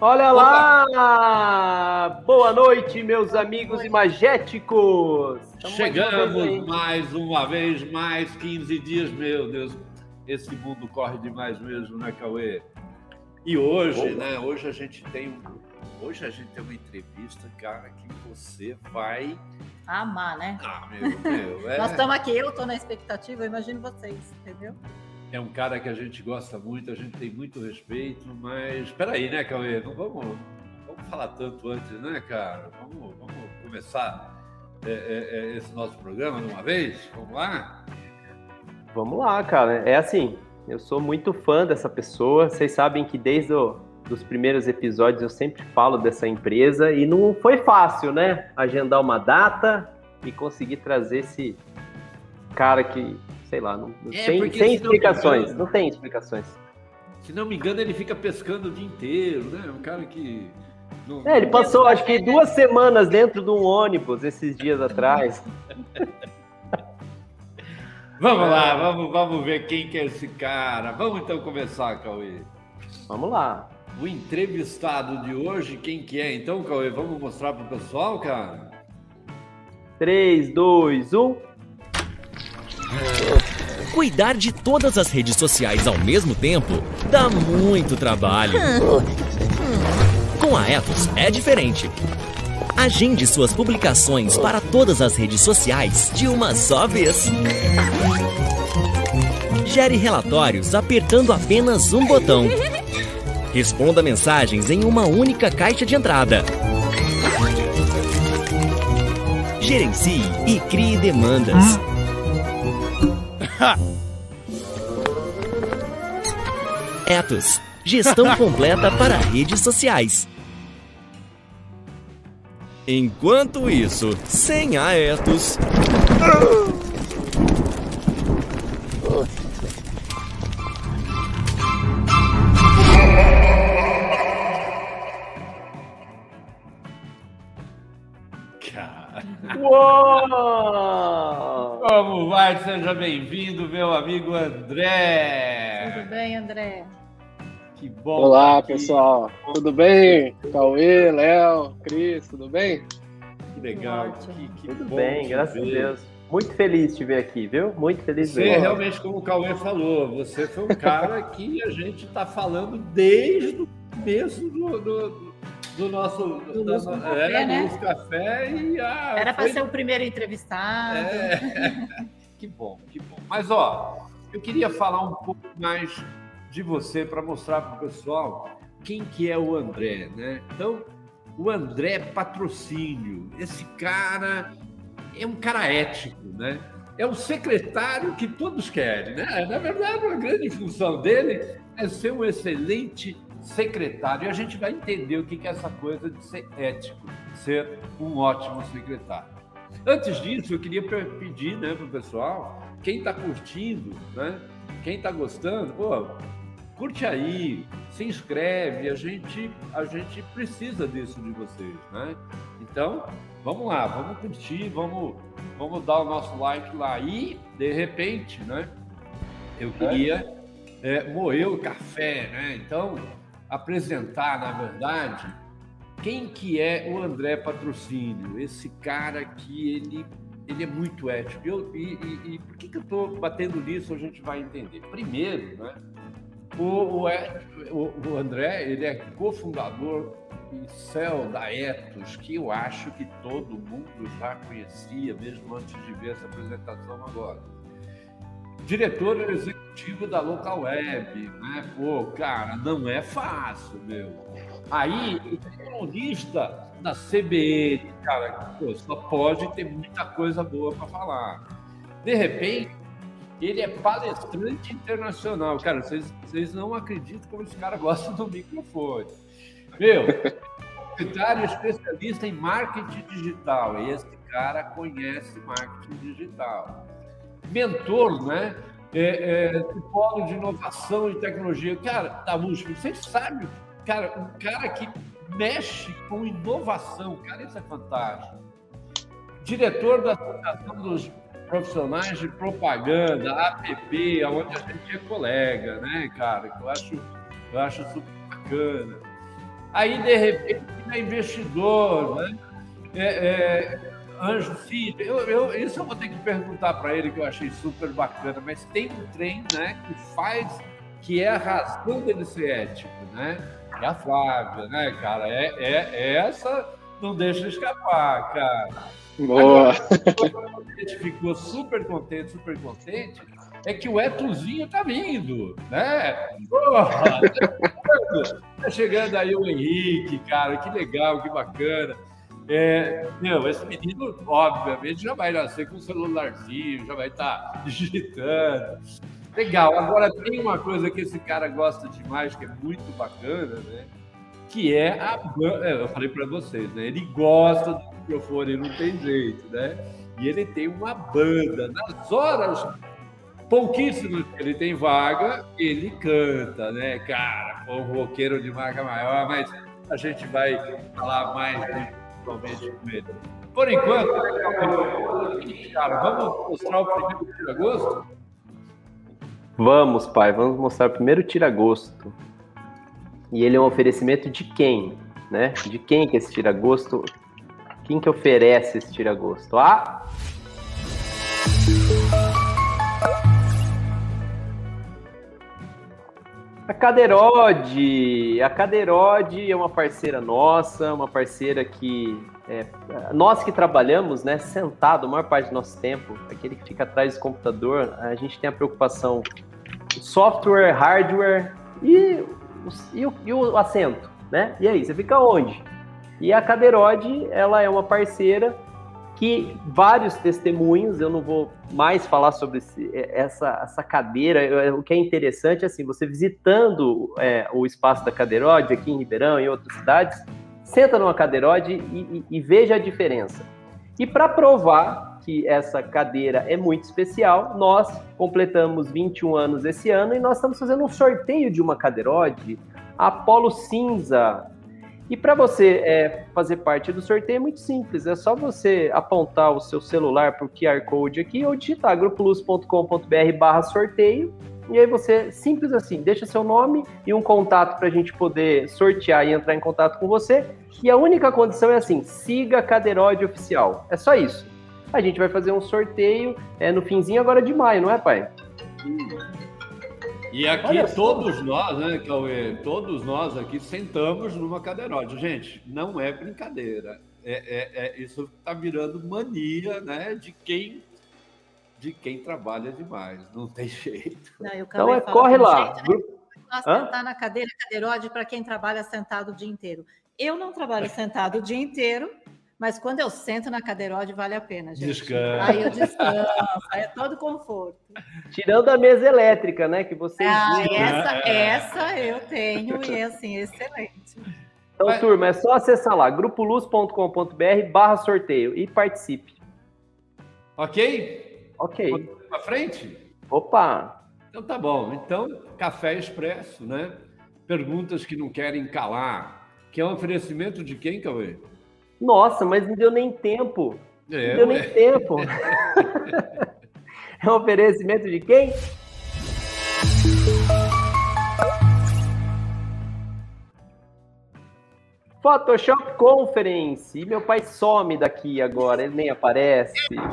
Olha lá! Boa noite, meus amigos imagéticos! Chegamos mais uma vez, mais 15 dias, meu Deus. Esse mundo corre demais mesmo, né, Cauê? E hoje, né? Hoje a gente tem uma entrevista, cara, que você vai amar, né? Meu. Nós estamos aqui, eu estou na expectativa, eu imagino vocês, entendeu? É um cara que a gente gosta muito, a gente tem muito respeito, mas espera aí, né, Cauê? Não vamos falar tanto antes, né, cara? Vamos começar esse nosso programa de uma vez? Vamos lá? Vamos lá, cara. É assim, eu sou muito fã dessa pessoa. Vocês sabem que desde os primeiros episódios eu sempre falo dessa empresa e não foi fácil, né? Agendar uma data e conseguir trazer esse cara que... sei lá, sem explicações, não tem explicações. Se não me engano, ele fica pescando o dia inteiro, né? Um cara que... ele passou, acho que 2 semanas dentro de um ônibus esses dias atrás. Vamos lá, vamos ver quem que é esse cara. Vamos então começar, Cauê. Vamos lá. O entrevistado de hoje, quem que é então, Cauê? Vamos mostrar pro pessoal, cara? 3, 2, 1... Cuidar de todas as redes sociais ao mesmo tempo dá muito trabalho. Com a Ethos é diferente. Agende suas publicações para todas as redes sociais de uma só vez. Gere relatórios apertando apenas um botão. Responda mensagens em uma única caixa de entrada. Gerencie e crie demandas. Ethos, gestão completa para redes sociais. Enquanto isso, sem a Ethos... Uou! Como vai? Seja bem-vindo, meu amigo André. Tudo bem, André? Que bom. Olá, pessoal. Tudo bem? Cauê, Léo, Cris, tudo bem? Que legal. Tudo bem, graças a Deus. Muito feliz de te ver aqui, viu? Muito feliz de ver. Você realmente, como o Cauê falou, você foi um cara que a gente está falando desde o começo do nosso café, né? Café e era para ser o primeiro entrevistado. Que bom. Mas eu queria falar um pouco mais de você para mostrar para o pessoal quem que é o André, né? Então, o André Patrocínio, esse cara é um cara ético, né? É o secretário que todos querem, né? Na verdade, a grande função dele é ser um excelente secretário, e a gente vai entender o que é essa coisa de ser ético, ser um ótimo secretário. Antes disso, eu queria pedir, né, para o pessoal, quem está curtindo, né, quem está gostando, curte aí, se inscreve, a gente precisa disso de vocês, né? Então, vamos lá, vamos curtir, vamos dar o nosso like lá e, de repente, né, eu queria moer o café, né? Então, apresentar, na verdade, quem que é o André Patrocínio, esse cara que ele é muito ético. E por que eu estou batendo nisso, a gente vai entender. Primeiro, né, o André, ele é cofundador e CEO da Ethos, que eu acho que todo mundo já conhecia, mesmo antes de ver essa apresentação agora. Diretor executivo da Local Web, né? Cara, não é fácil, meu. Aí, economista da CBN, cara, só pode ter muita coisa boa para falar. De repente, ele é palestrante internacional. Cara, vocês não acreditam como esse cara gosta do microfone. Meu, secretário especialista em marketing digital. E esse cara conhece marketing digital. Mentor, né? Polo de inovação e tecnologia. Cara, da USP, vocês sabem, cara, um cara que mexe com inovação, cara, isso é fantástico. Diretor da Associação dos Profissionais de Propaganda, APP, onde a gente é colega, né, cara? Que eu acho super bacana. Aí, de repente, é investidor, né? Anjo Filho. Isso eu vou ter que perguntar para ele, que eu achei super bacana, mas tem um trem, né, que é a razão dele ser ético, né? É a Flávia, né, cara? Essa não deixa escapar, cara. Boa! Agora, a gente ficou super contente, é que o Etozinho tá vindo, né? Porra, tá chegando aí o Henrique, cara, que legal, que bacana. Esse menino, obviamente, já vai nascer com um celularzinho, já vai estar digitando. Legal. Agora, tem uma coisa que esse cara gosta demais, que é muito bacana, né? Que é a banda. Eu falei para vocês, né? Ele gosta do microfone, não tem jeito, né? E ele tem uma banda. Nas horas pouquíssimas que ele tem vaga, ele canta, né? Cara, um roqueiro de marca maior, mas a gente vai falar mais principalmente com ele. Por enquanto, cara, vamos mostrar o primeiro tira-gosto? Vamos, pai, vamos mostrar o primeiro tira-gosto. E ele é um oferecimento de quem, né? De quem que é esse tira-gosto? Quem que oferece esse tira-gosto? A Cadeirode. A Cadeirode é uma parceira nossa, uma parceira que nós que trabalhamos, né, sentado a maior parte do nosso tempo, aquele que fica atrás do computador, a gente tem a preocupação software, hardware e o assento, né? E aí, você fica onde? E a Cadeirode, ela é uma parceira que vários testemunhos, eu não vou mais falar sobre essa cadeira, o que é interessante é assim, você visitando o espaço da Cadeirode aqui em Ribeirão e em outras cidades, senta numa Cadeirode e veja a diferença. E para provar que essa cadeira é muito especial, nós completamos 21 anos esse ano e nós estamos fazendo um sorteio de uma Cadeirode Apollo Cinza. E para você fazer parte do sorteio é muito simples, é só você apontar o seu celular para o QR Code aqui ou digitar grupoluz.com.br/sorteio e aí você, simples assim, deixa seu nome e um contato para a gente poder sortear e entrar em contato com você. E a única condição é assim, siga a Cadeirode Oficial, é só isso. A gente vai fazer um sorteio no finzinho agora de maio, não é, pai? E aqui todos nós, né, Cauê? Todos nós aqui sentamos numa Cadeirode. Gente, não é brincadeira. Isso está virando mania, né, de quem trabalha demais. Não tem jeito. Não, então corre lá. Sentar na cadeira Cadeirode para quem trabalha sentado o dia inteiro. Eu não trabalho sentado o dia inteiro, mas quando eu sento na Cadeirode vale a pena, gente. Descanso. Aí eu descanso, aí é todo conforto. Tirando a mesa elétrica, né, que vocês essa eu tenho e é assim, excelente. Então, turma, é só acessar lá, grupoluz.com.br/sorteio e participe. Ok? Ok. Para frente? Opa! Então tá bom. Então, café expresso, né? Perguntas que não querem calar. Que é um oferecimento de quem, Cauê? Nossa, mas não deu nem tempo. Não deu nem tempo. É um oferecimento de quem? Photoshop Conference. E meu pai some daqui agora, ele nem aparece.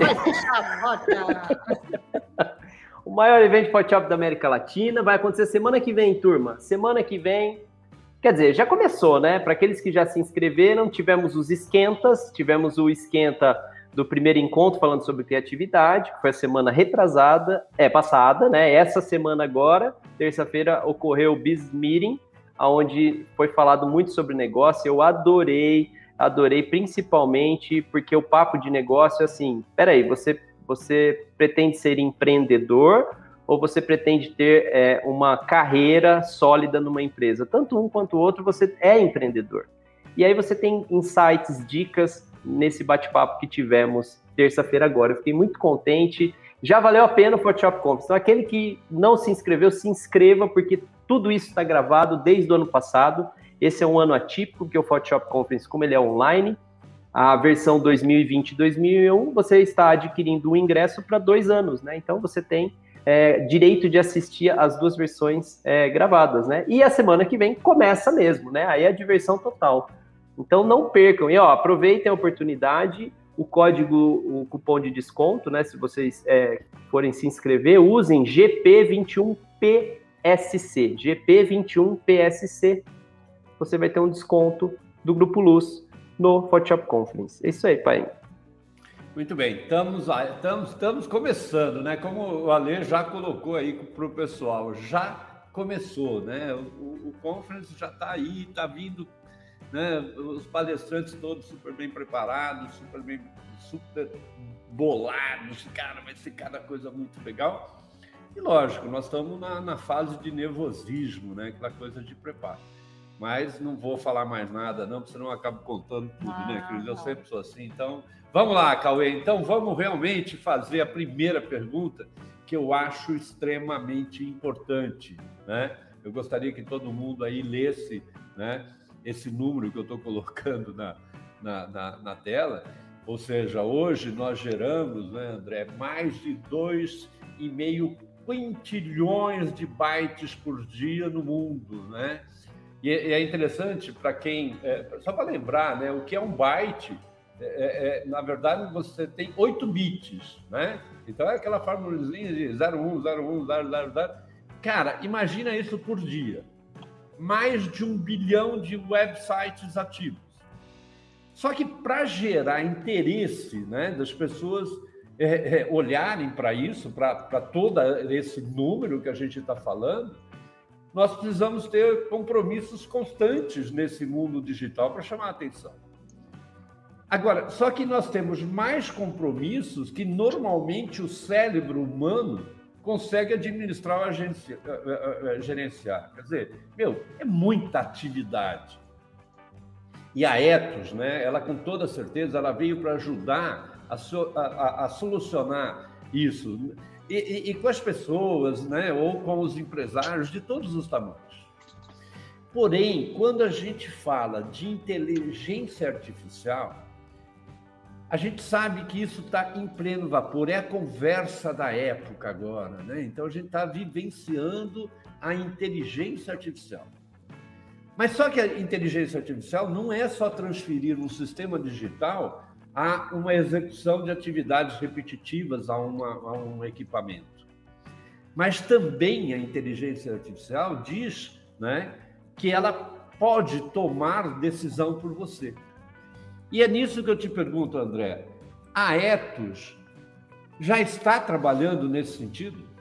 O maior evento de Photoshop da América Latina vai acontecer semana que vem, turma. Semana que vem. Quer dizer, já começou, né? Para aqueles que já se inscreveram, tivemos os esquentas, tivemos o esquenta do primeiro encontro falando sobre criatividade, que foi a semana passada, né? Essa semana agora, terça-feira, ocorreu o Business Meeting, onde foi falado muito sobre negócio. Eu adorei principalmente porque o papo de negócio é assim, peraí, você pretende ser empreendedor ou você pretende ter uma carreira sólida numa empresa? Tanto um quanto o outro, você é empreendedor. E aí você tem insights, dicas nesse bate-papo que tivemos terça-feira agora. Eu fiquei muito contente. Já valeu a pena o Photoshop Conference. Então, aquele que não se inscreveu, se inscreva, porque tudo isso está gravado desde o ano passado. Esse é um ano atípico, porque o Photoshop Conference, como ele é online, a versão 2020 e 2001, você está adquirindo um ingresso para 2 anos, né? Então, você tem direito de assistir as 2 versões gravadas, né? E a semana que vem começa mesmo, né? Aí é a diversão total. Então não percam, e aproveitem a oportunidade, o cupom de desconto, né? Se vocês forem se inscrever, usem GP21PSC. GP21PSC, você vai ter um desconto do Grupo Luz no Photoshop Conference. É isso aí, pai. Muito bem, estamos começando, né? Como o Ale já colocou aí para o pessoal, já começou, né? O Conference já está aí, está vindo, né? Os palestrantes todos super bem preparados, super bolados, cara, vai ser cada coisa muito legal. E lógico, nós estamos na fase de nervosismo, né? Aquela coisa de preparo. Mas não vou falar mais nada, não, porque senão eu acabo contando tudo, né, Cris? Eu sempre sou assim. Então, vamos lá, Cauê. Então, vamos realmente fazer a primeira pergunta, que eu acho extremamente importante, né? Eu gostaria que todo mundo aí lesse, né, esse número que eu estou colocando na tela. Ou seja, hoje nós geramos, né, André, mais de 2,5 quintilhões de bytes por dia no mundo, né? E é interessante para quem... só para lembrar, né, o que é um byte, na verdade, você tem 8 bits, né? Então, é aquela formulazinha de 01, 01, 000. Cara, imagina isso por dia. Mais de 1 bilhão de websites ativos. Só que para gerar interesse, né, das pessoas olharem para isso, para todo esse número que a gente está falando, nós precisamos ter compromissos constantes nesse mundo digital para chamar a atenção. Agora, só que nós temos mais compromissos que normalmente o cérebro humano consegue administrar ou gerenciar. Quer dizer, é muita atividade. E a Ethos, né, ela com toda certeza, ela veio para ajudar a solucionar isso. E com as pessoas, né, ou com os empresários de todos os tamanhos. Porém, quando a gente fala de inteligência artificial, a gente sabe que isso está em pleno vapor, é a conversa da época agora, né? Então, a gente está vivenciando a inteligência artificial. Mas só que a inteligência artificial não é só transferir um sistema digital a uma execução de atividades repetitivas a um equipamento. Mas também a inteligência artificial diz, né, que ela pode tomar decisão por você. E é nisso que eu te pergunto, André, a Ethos já está trabalhando nesse sentido?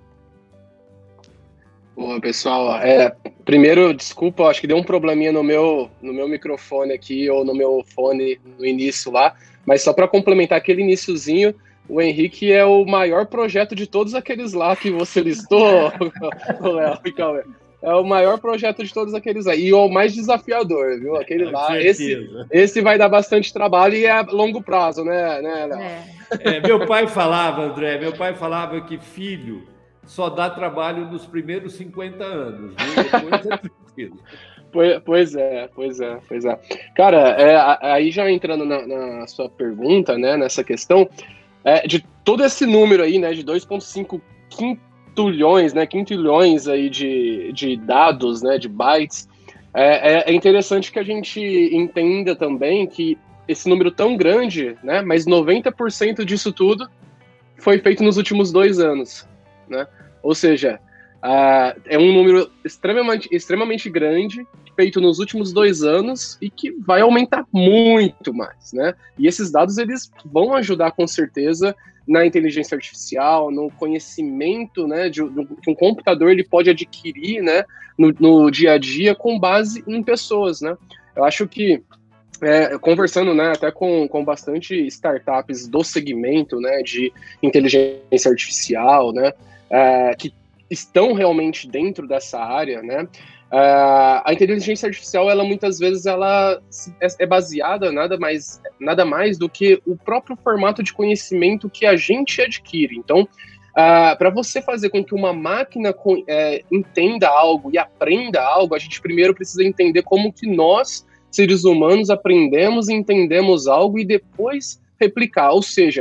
Boa, pessoal. Primeiro, desculpa, acho que deu um probleminha no meu microfone aqui, ou no meu fone no início lá, mas só para complementar aquele iniciozinho, o Henrique é o maior projeto de todos aqueles lá que você listou, Léo e Cauê. É o maior projeto de todos aqueles lá, e o mais desafiador, viu? Aquele lá, esse vai dar bastante trabalho e é a longo prazo, né, Léo? Meu pai falava, André, que filho só dá trabalho nos primeiros 50 anos, né? Depois é tranquilo. Pois é. Cara, aí já entrando na sua pergunta, né, nessa questão, de todo esse número aí, né, de 2,5 quintilhões aí de dados, né, de bytes, é interessante que a gente entenda também que esse número tão grande, né, mas 90% disso tudo foi feito nos últimos 2 anos, né? Ou seja, é um número extremamente grande, feito nos últimos 2 anos e que vai aumentar muito mais, né? E esses dados, eles vão ajudar com certeza na inteligência artificial, no conhecimento, né, que um computador ele pode adquirir, né, no dia a dia com base em pessoas, né? Eu acho que conversando, né, até com bastante startups do segmento, né, de inteligência artificial, né, que estão realmente dentro dessa área, né, a inteligência artificial, ela muitas vezes é baseada nada mais do que o próprio formato de conhecimento que a gente adquire. Então, para você fazer com que uma máquina entenda algo e aprenda algo, a gente primeiro precisa entender como que nós, seres humanos, aprendemos e entendemos algo e depois replicar. Ou seja,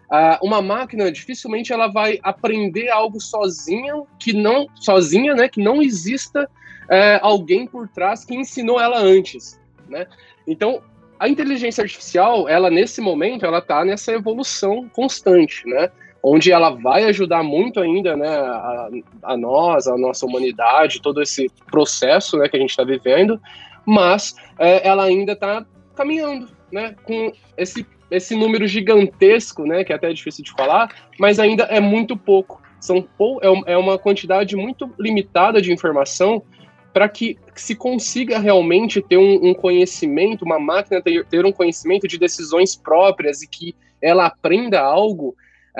Uma máquina, dificilmente ela vai aprender algo sozinha, que não exista alguém por trás que ensinou ela antes, né? Então, a inteligência artificial, ela nesse momento, ela está nessa evolução constante, né? Onde ela vai ajudar muito ainda, né, a nós, a nossa humanidade, todo esse processo, né, que a gente está vivendo, mas ela ainda está caminhando, né, com esse número gigantesco, né, que é até difícil de falar, mas ainda é muito pouco. É uma quantidade muito limitada de informação para que se consiga realmente ter um conhecimento, uma máquina ter um conhecimento de decisões próprias e que ela aprenda algo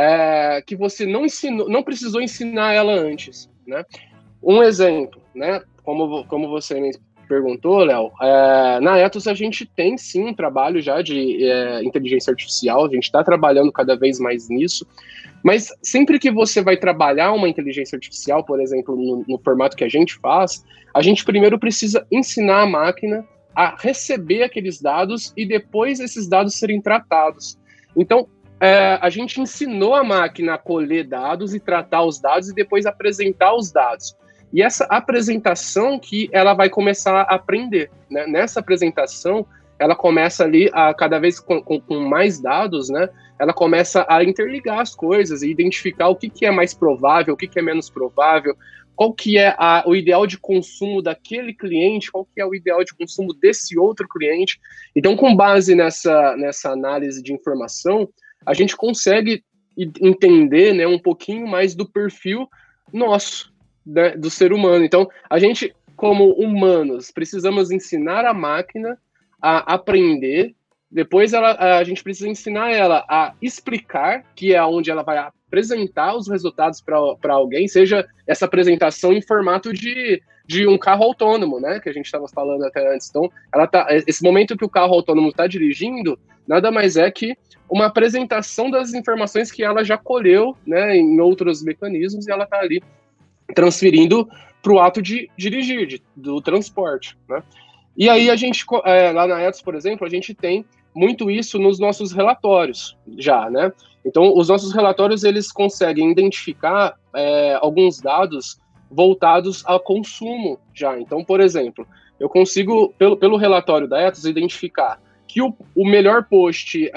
que você não precisou ensinar ela antes, né? Um exemplo, né? Como você me perguntou, Léo, na Ethos a gente tem sim um trabalho já de inteligência artificial, a gente está trabalhando cada vez mais nisso, mas sempre que você vai trabalhar uma inteligência artificial, por exemplo, no formato que a gente faz, a gente primeiro precisa ensinar a máquina a receber aqueles dados e depois esses dados serem tratados. Então, a gente ensinou a máquina a colher dados e tratar os dados e depois apresentar os dados. E essa apresentação que ela vai começar a aprender, né? Nessa apresentação, ela começa ali, cada vez com mais dados, né? Ela começa a interligar as coisas e identificar o que é mais provável, o que é menos provável, qual que é o ideal de consumo daquele cliente, qual que é o ideal de consumo desse outro cliente. Então, com base nessa análise de informação, a gente consegue entender, né, um pouquinho mais do perfil nosso, né, do ser humano. Então, a gente, como humanos, precisamos ensinar a máquina a aprender, depois a gente precisa ensinar ela a explicar, que é onde ela vai apresentar os resultados para alguém, seja essa apresentação em formato de um carro autônomo, né, que a gente estava falando até antes. Então, esse momento que o carro autônomo está dirigindo, nada mais é que uma apresentação das informações que ela já colheu, né, em outros mecanismos, e ela está ali transferindo para o ato de dirigir, do transporte, né? E aí a gente, lá na Ethos, por exemplo, a gente tem muito isso nos nossos relatórios já, né? Então, os nossos relatórios, eles conseguem identificar alguns dados voltados ao consumo já. Então, por exemplo, eu consigo, pelo relatório da Ethos, identificar que o melhor post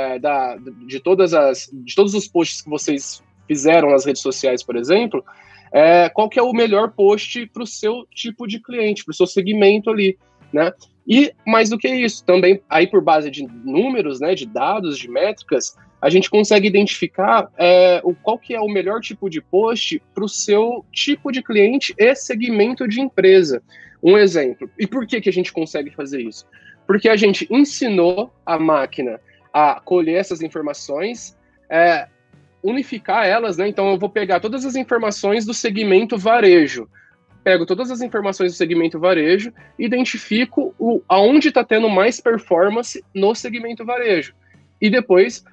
de todos os posts que vocês fizeram nas redes sociais, por exemplo, qual que é o melhor post para o seu tipo de cliente, para o seu segmento ali, né? E mais do que isso, também aí por base de números, né, de dados, de métricas, a gente consegue identificar qual que é o melhor tipo de post para o seu tipo de cliente e segmento de empresa. Um exemplo. E por que a gente consegue fazer isso? Porque a gente ensinou a máquina a colher essas informações, unificar elas, né? Então eu vou pegar todas as informações do segmento varejo, pego todas as informações do segmento varejo, identifico aonde está tendo mais performance no segmento varejo. E depois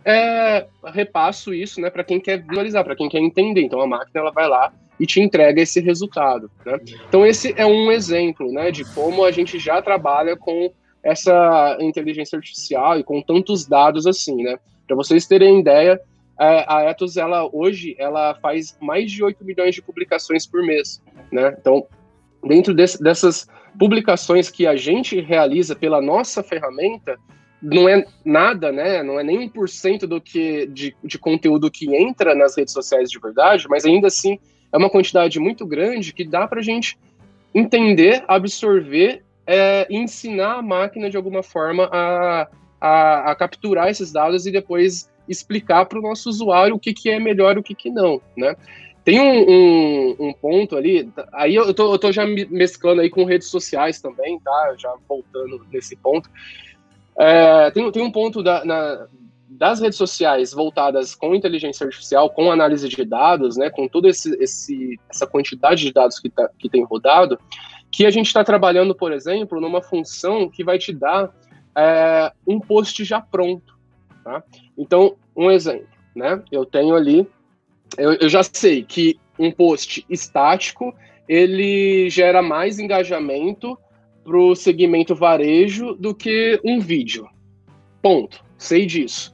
repasso isso, né, para quem quer visualizar, para quem quer entender. Então a máquina ela vai lá e te entrega esse resultado, né? Então esse é um exemplo, né, de como a gente já trabalha com essa inteligência artificial e com tantos dados assim, né? Para vocês terem ideia, a Ethos, hoje, ela faz mais de 8 milhões de publicações por mês, né? Então, dentro dessas publicações que a gente realiza pela nossa ferramenta, não é nada, né? Não é nem 1% de conteúdo que entra nas redes sociais de verdade, mas ainda assim é uma quantidade muito grande que dá para a gente entender, absorver e ensinar a máquina de alguma forma a capturar esses dados e depois explicar para o nosso usuário o que é melhor e o que não, né? Tem um ponto ali, aí eu tô já mesclando aí com redes sociais também, tá? Já voltando nesse ponto. Tem um ponto das redes sociais voltadas com inteligência artificial, com análise de dados, né? Com toda essa quantidade de dados que tem rodado, que a gente está trabalhando, por exemplo, numa função que vai te dar um post já pronto, tá? Então, um exemplo, né? Eu tenho ali, eu já sei que um post estático, ele gera mais engajamento para o segmento varejo do que um vídeo. Ponto. Sei disso.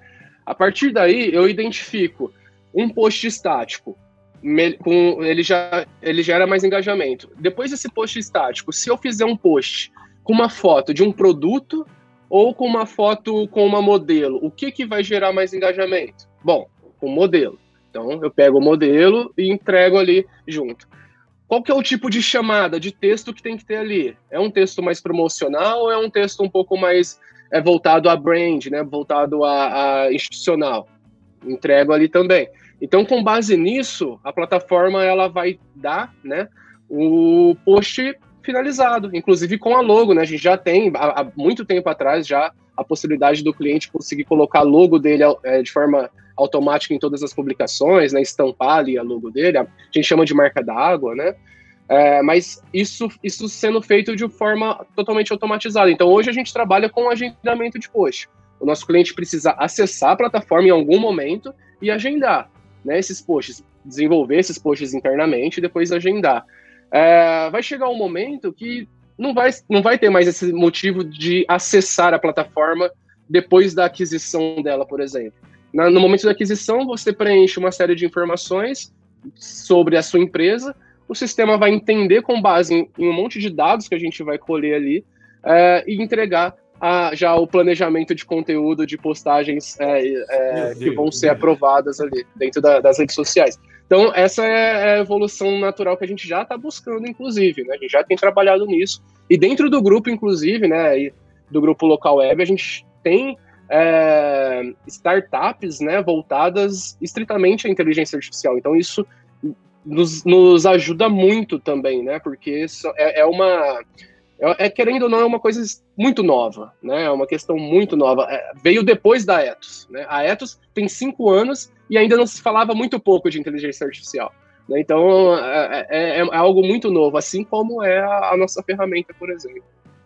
A partir daí, eu identifico um post estático, ele gera mais engajamento. Depois desse post estático, se eu fizer um post com uma foto de um produto ou com uma foto com uma modelo, o que vai gerar mais engajamento? Bom, com modelo. Então, eu pego o modelo e entrego ali junto. Qual que é o tipo de chamada, de texto que tem que ter ali? É um texto mais promocional ou é um texto um pouco mais voltado a brand, né? Voltado a institucional? Entrego ali também. Então, com base nisso, a plataforma ela vai dar, né, o post finalizado, inclusive com a logo, né? A gente já tem, há muito tempo atrás, já a possibilidade do cliente conseguir colocar a logo dele de forma automática em todas as publicações, né? Estampar ali a logo dele, a gente chama de marca d'água, né? Mas isso sendo feito de forma totalmente automatizada. Então, hoje a gente trabalha com agendamento de post. O nosso cliente precisa acessar a plataforma em algum momento e agendar, né, esses posts, desenvolver esses posts internamente e depois agendar. Vai chegar um momento que não vai ter mais esse motivo de acessar a plataforma depois da aquisição dela, por exemplo. No momento da aquisição, você preenche uma série de informações sobre a sua empresa, o sistema vai entender com base em um monte de dados que a gente vai colher ali e entregar já o planejamento de conteúdo de postagens que vão ser aprovadas ali dentro das redes sociais. Então, essa é a evolução natural que a gente já está buscando, inclusive, né? A gente já tem trabalhado nisso. E dentro do grupo, inclusive, né, do grupo Local Web, a gente tem startups, né, voltadas estritamente à inteligência artificial. Então, isso nos ajuda muito também, né? Porque querendo ou não, é uma coisa muito nova, né? É uma questão muito nova. Veio depois da Ethos, né? A Ethos tem 5 anos e ainda não se falava muito pouco de inteligência artificial, né? Então, é algo muito novo, assim como é a nossa ferramenta, por exemplo.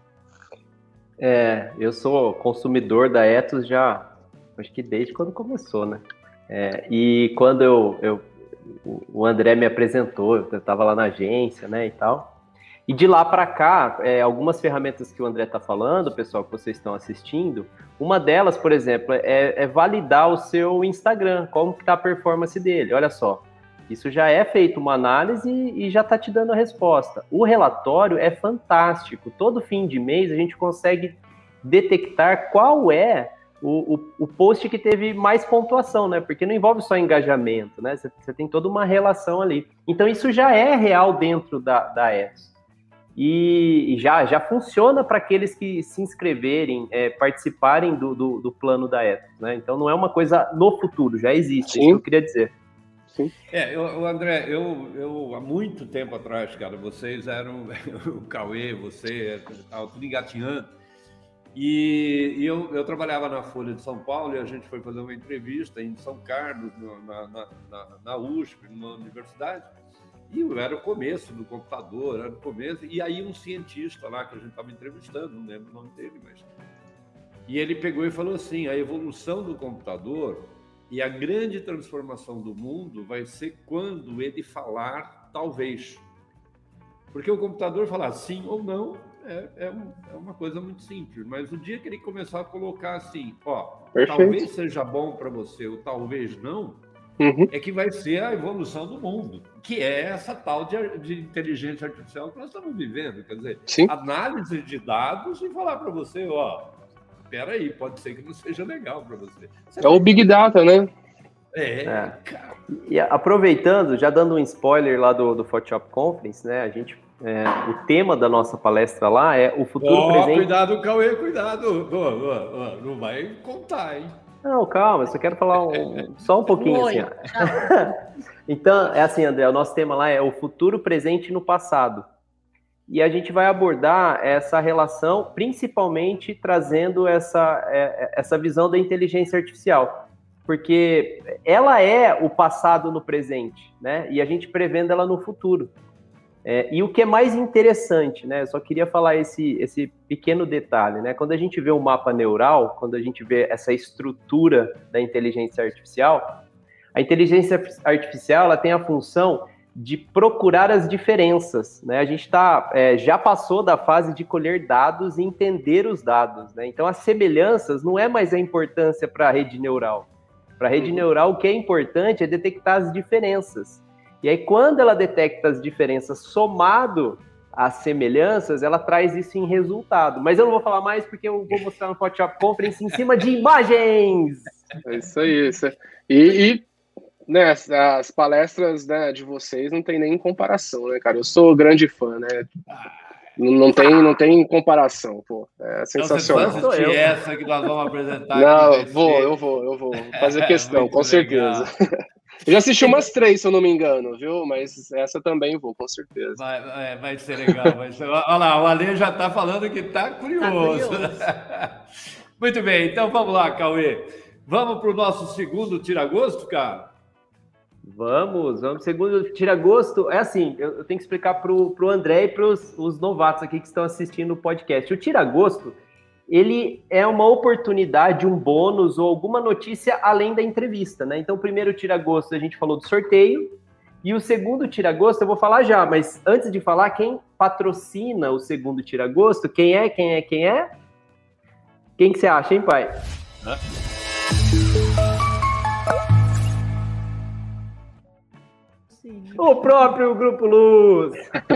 Eu sou consumidor da Ethos já, acho que desde quando começou, né? E quando o André me apresentou, eu estava lá na agência, né, e tal. E de lá para cá, algumas ferramentas que o André está falando, pessoal, que vocês estão assistindo, uma delas, por exemplo, é validar o seu Instagram, como está a performance dele. Olha só, isso já é feito uma análise e já está te dando a resposta. O relatório é fantástico. Todo fim de mês a gente consegue detectar qual é o post que teve mais pontuação, né? Porque não envolve só engajamento, né? Você tem toda uma relação ali. Então, isso já é real dentro da Ethos. E já funciona para aqueles que se inscreverem, participarem do plano da Ethos, né? Então, não é uma coisa no futuro, já existe, Sim. isso que eu queria dizer. Sim. André, eu há muito tempo atrás, cara, vocês eram o Cauê, você, tudo engatinhando. E eu trabalhava na Folha de São Paulo e a gente foi fazer uma entrevista em São Carlos, na USP, numa universidade, e era o começo do computador, era o começo, e aí um cientista lá que a gente estava entrevistando, não lembro o nome dele, mas... E ele pegou e falou assim, a evolução do computador e a grande transformação do mundo vai ser quando ele falar talvez. Porque o computador falar sim ou não, é uma coisa muito simples, mas o dia que ele começar a colocar assim, Perfeito. Talvez seja bom para você, ou talvez não, é que vai ser a evolução do mundo, que é essa tal de inteligência artificial que nós estamos vivendo, quer dizer, Sim. Análise de dados e falar para você, espera aí, pode ser que não seja legal para você. É o Big Data, né? Cara. E aproveitando, já dando um spoiler lá do Photoshop Conference, né? A gente, o tema da nossa palestra lá é o futuro presente. Cuidado, Cauê, cuidado. Não vai contar, hein? Não, calma, eu só quero falar só um pouquinho. Oi, assim. Então, é assim, André, o nosso tema lá é o futuro presente no passado. E a gente vai abordar essa relação, principalmente trazendo essa visão da inteligência artificial. Porque ela é o passado no presente, né? E a gente prevendo ela no futuro. E o que é mais interessante, né? Eu só queria falar esse pequeno detalhe, né? Quando a gente vê o mapa neural, quando a gente vê essa estrutura da inteligência artificial, a inteligência artificial ela tem a função de procurar as diferenças, né? A gente já passou da fase de colher dados e entender os dados, né? Então, as semelhanças não é mais a importância para a rede neural. Para a rede neural, o que é importante é detectar as diferenças. E aí, quando ela detecta as diferenças somado às semelhanças, ela traz isso em resultado. Mas eu não vou falar mais porque eu vou mostrar no Photoshop Conference em cima de imagens. É isso aí. E né, as palestras, né, de vocês não tem nem comparação, né, cara? Eu sou grande fã, né? Não tem comparação, pô. É sensacional. Então, você essa que nós vamos apresentar não, aqui. eu vou fazer questão, com certeza. Eu já assisti umas 3, se eu não me engano, viu? Mas essa também vou, com certeza. Vai ser legal. Olha lá, o Ale já está falando que está curioso. Muito bem, então vamos lá, Cauê. Vamos para o nosso segundo tira-gosto, cara? Vamos. Segundo tira-gosto, é assim, eu tenho que explicar para o André e para os novatos aqui que estão assistindo o podcast. O tira-gosto, ele é uma oportunidade, um bônus ou alguma notícia além da entrevista, né? Então, o primeiro tira-gosto a gente falou do sorteio e o segundo tira-gosto eu vou falar já, mas antes de falar, quem patrocina o segundo tira-gosto, quem é? Quem que você acha, hein, pai? Sim. O próprio Grupo Luz!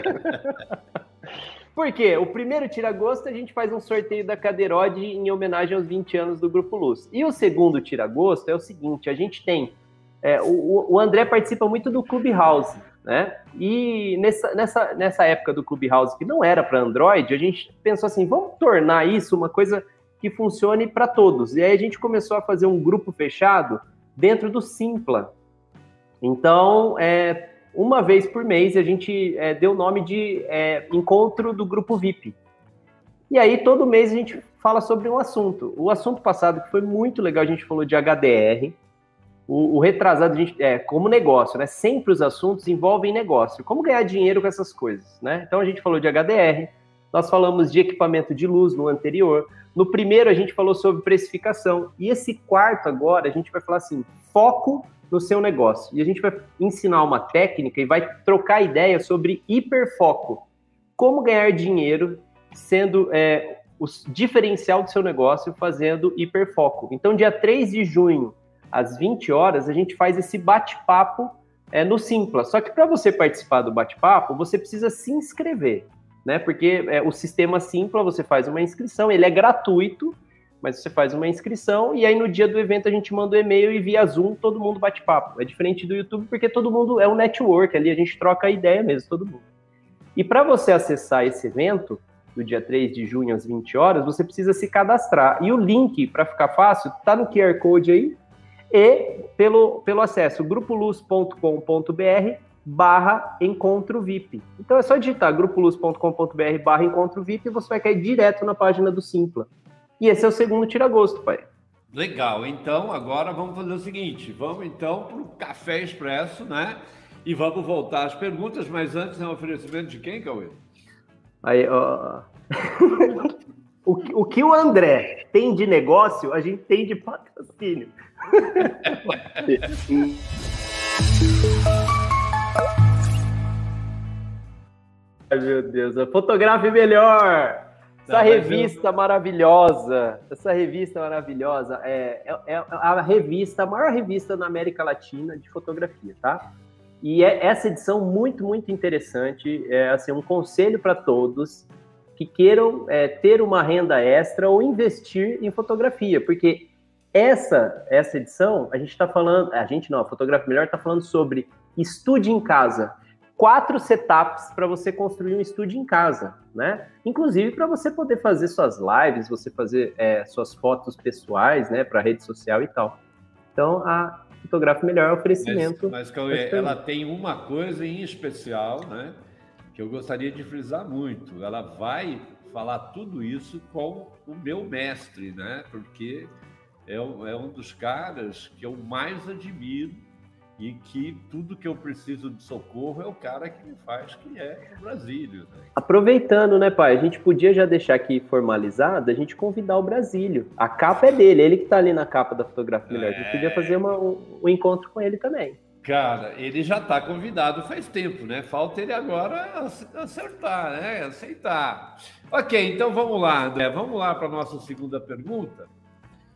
Por quê? O primeiro tira-gosto a gente faz um sorteio da Cadeirode em homenagem aos 20 anos do Grupo Luz. E o segundo tira-gosto é o seguinte, a gente tem... o André participa muito do Clubhouse, né? E nessa época do Clubhouse, que não era para Android, a gente pensou assim, vamos tornar isso uma coisa que funcione para todos. E aí a gente começou a fazer um grupo fechado dentro do Simpla. Então, uma vez por mês, a gente deu o nome de Encontro do Grupo VIP. E aí, todo mês, a gente fala sobre um assunto. O assunto passado, que foi muito legal, a gente falou de HDR. O retrasado, a gente, como negócio, né? Sempre os assuntos envolvem negócio. Como ganhar dinheiro com essas coisas, né? Então, a gente falou de HDR. Nós falamos de equipamento de luz no anterior. No primeiro, a gente falou sobre precificação. E esse quarto, agora, a gente vai falar assim, foco no seu negócio. E a gente vai ensinar uma técnica e vai trocar ideia sobre hiperfoco. Como ganhar dinheiro sendo o diferencial do seu negócio fazendo hiperfoco. Então, dia 3 de junho, às 20 horas, a gente faz esse bate-papo no Simpla. Só que para você participar do bate-papo, você precisa se inscrever, né? Porque o sistema Simpla, você faz uma inscrição, ele é gratuito, mas você faz uma inscrição e aí no dia do evento a gente manda o e-mail e via Zoom todo mundo bate papo. É diferente do YouTube porque todo mundo é um network ali, a gente troca a ideia mesmo, todo mundo. E para você acessar esse evento, do dia 3 de junho às 20 horas, você precisa se cadastrar. E o link, para ficar fácil, tá no QR Code aí e pelo acesso grupoluz.com.br/encontro VIP. Então é só digitar grupoluz.com.br/encontro VIP e você vai cair direto na página do Simpla. E esse é o segundo tira-gosto, pai. Legal, então agora vamos fazer o seguinte, vamos então para o Café Expresso, né? E vamos voltar às perguntas, mas antes é um oferecimento de quem, Cauê? Aí, ó. O que o André tem de negócio, a gente tem de patrocínio. Ai, meu Deus, fotografe melhor! Essa revista maravilhosa é a maior revista na América Latina de fotografia, tá? E essa edição muito, muito interessante, assim, um conselho para todos que queiram ter uma renda extra ou investir em fotografia, porque essa edição, a Fotografe Melhor está falando sobre estude em casa. 4 setups para você construir um estúdio em casa, né? Inclusive para você poder fazer suas lives, você fazer suas fotos pessoais, né, para rede social e tal. Então, a Fotografe Melhor é um oferecimento. Mas Cauê, ela tem uma coisa em especial, né, que eu gostaria de frisar muito. Ela vai falar tudo isso com o meu mestre, né? Porque é um dos caras que eu mais admiro e que tudo que eu preciso de socorro é o cara que me faz, que é o Brasílio. Né? Aproveitando, né, pai? A gente podia já deixar aqui formalizado, a gente convidar o Brasílio. A capa é dele, ele que tá ali na capa da Fotografe Melhor. A gente podia fazer um encontro com ele também. Cara, ele já tá convidado faz tempo, né? Falta ele agora acertar, né? Aceitar. Ok, então vamos lá, André. Vamos lá para a nossa segunda pergunta.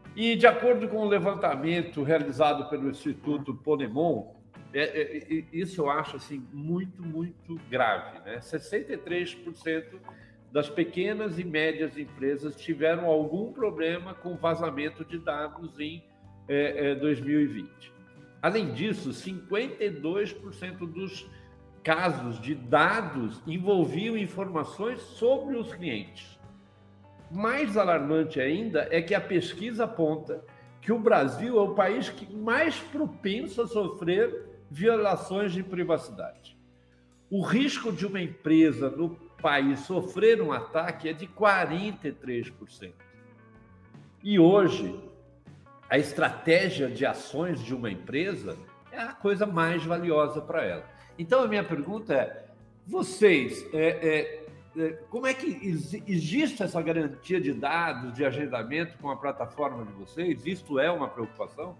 E, de acordo com o levantamento realizado pelo Instituto Ponemon, isso eu acho assim, muito, muito grave, né? 63% das pequenas e médias empresas tiveram algum problema com vazamento de dados em 2020. Além disso, 52% dos casos de dados envolviam informações sobre os clientes. Mais alarmante ainda é que a pesquisa aponta que o Brasil é o país mais propenso a sofrer violações de privacidade. O risco de uma empresa no país sofrer um ataque é de 43%. E hoje, a estratégia de ações de uma empresa é a coisa mais valiosa para ela. Então, a minha pergunta é, vocês... como é que existe essa garantia de dados, de agendamento com a plataforma de vocês? Isto é uma preocupação?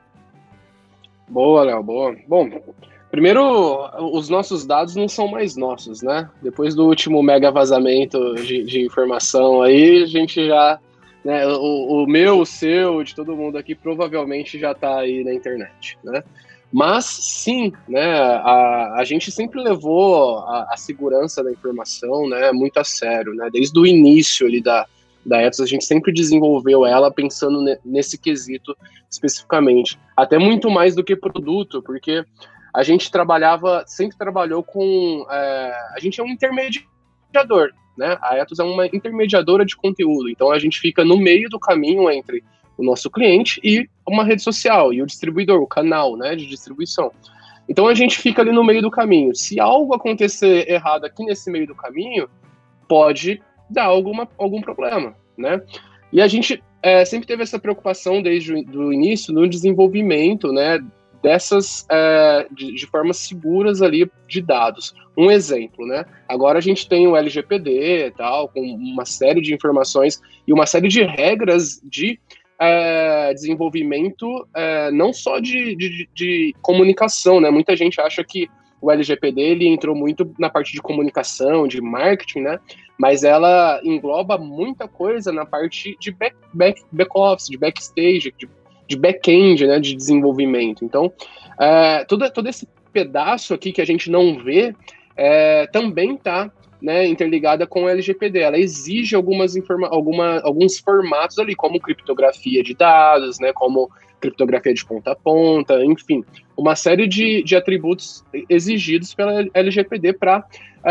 Boa, Léo, boa. Bom, primeiro, os nossos dados não são mais nossos, né? Depois do último mega vazamento de informação aí, a gente já... né, o meu, o seu, de todo mundo aqui, provavelmente já está aí na internet, né? Mas, sim, né, a gente sempre levou a segurança da informação, né, muito a sério, né? Desde o início ali da Ethos, a gente sempre desenvolveu ela pensando nesse quesito especificamente. Até muito mais do que produto, porque a gente sempre trabalhou com... a gente é um intermediador, né? A Ethos é uma intermediadora de conteúdo, então a gente fica no meio do caminho entre o nosso cliente e uma rede social, e o distribuidor, o canal, né, de distribuição. Então a gente fica ali no meio do caminho. Se algo acontecer errado aqui nesse meio do caminho, pode dar algum problema, né? E a gente sempre teve essa preocupação desde o início no desenvolvimento, né, dessas, de formas seguras ali de dados. Um exemplo, né? Agora a gente tem o LGPD e tal, com uma série de informações e uma série de regras de desenvolvimento, não só de comunicação, né? Muita gente acha que o LGPD ele entrou muito na parte de comunicação, de marketing, né? Mas ela engloba muita coisa na parte de back-office, de backstage, de back-end, né? De desenvolvimento. Então, todo esse pedaço aqui que a gente não vê também está, né, interligada com o LGPD. Ela exige alguns formatos ali, como criptografia de dados, né, como criptografia de ponta a ponta, enfim, uma série de atributos exigidos pela LGPD para,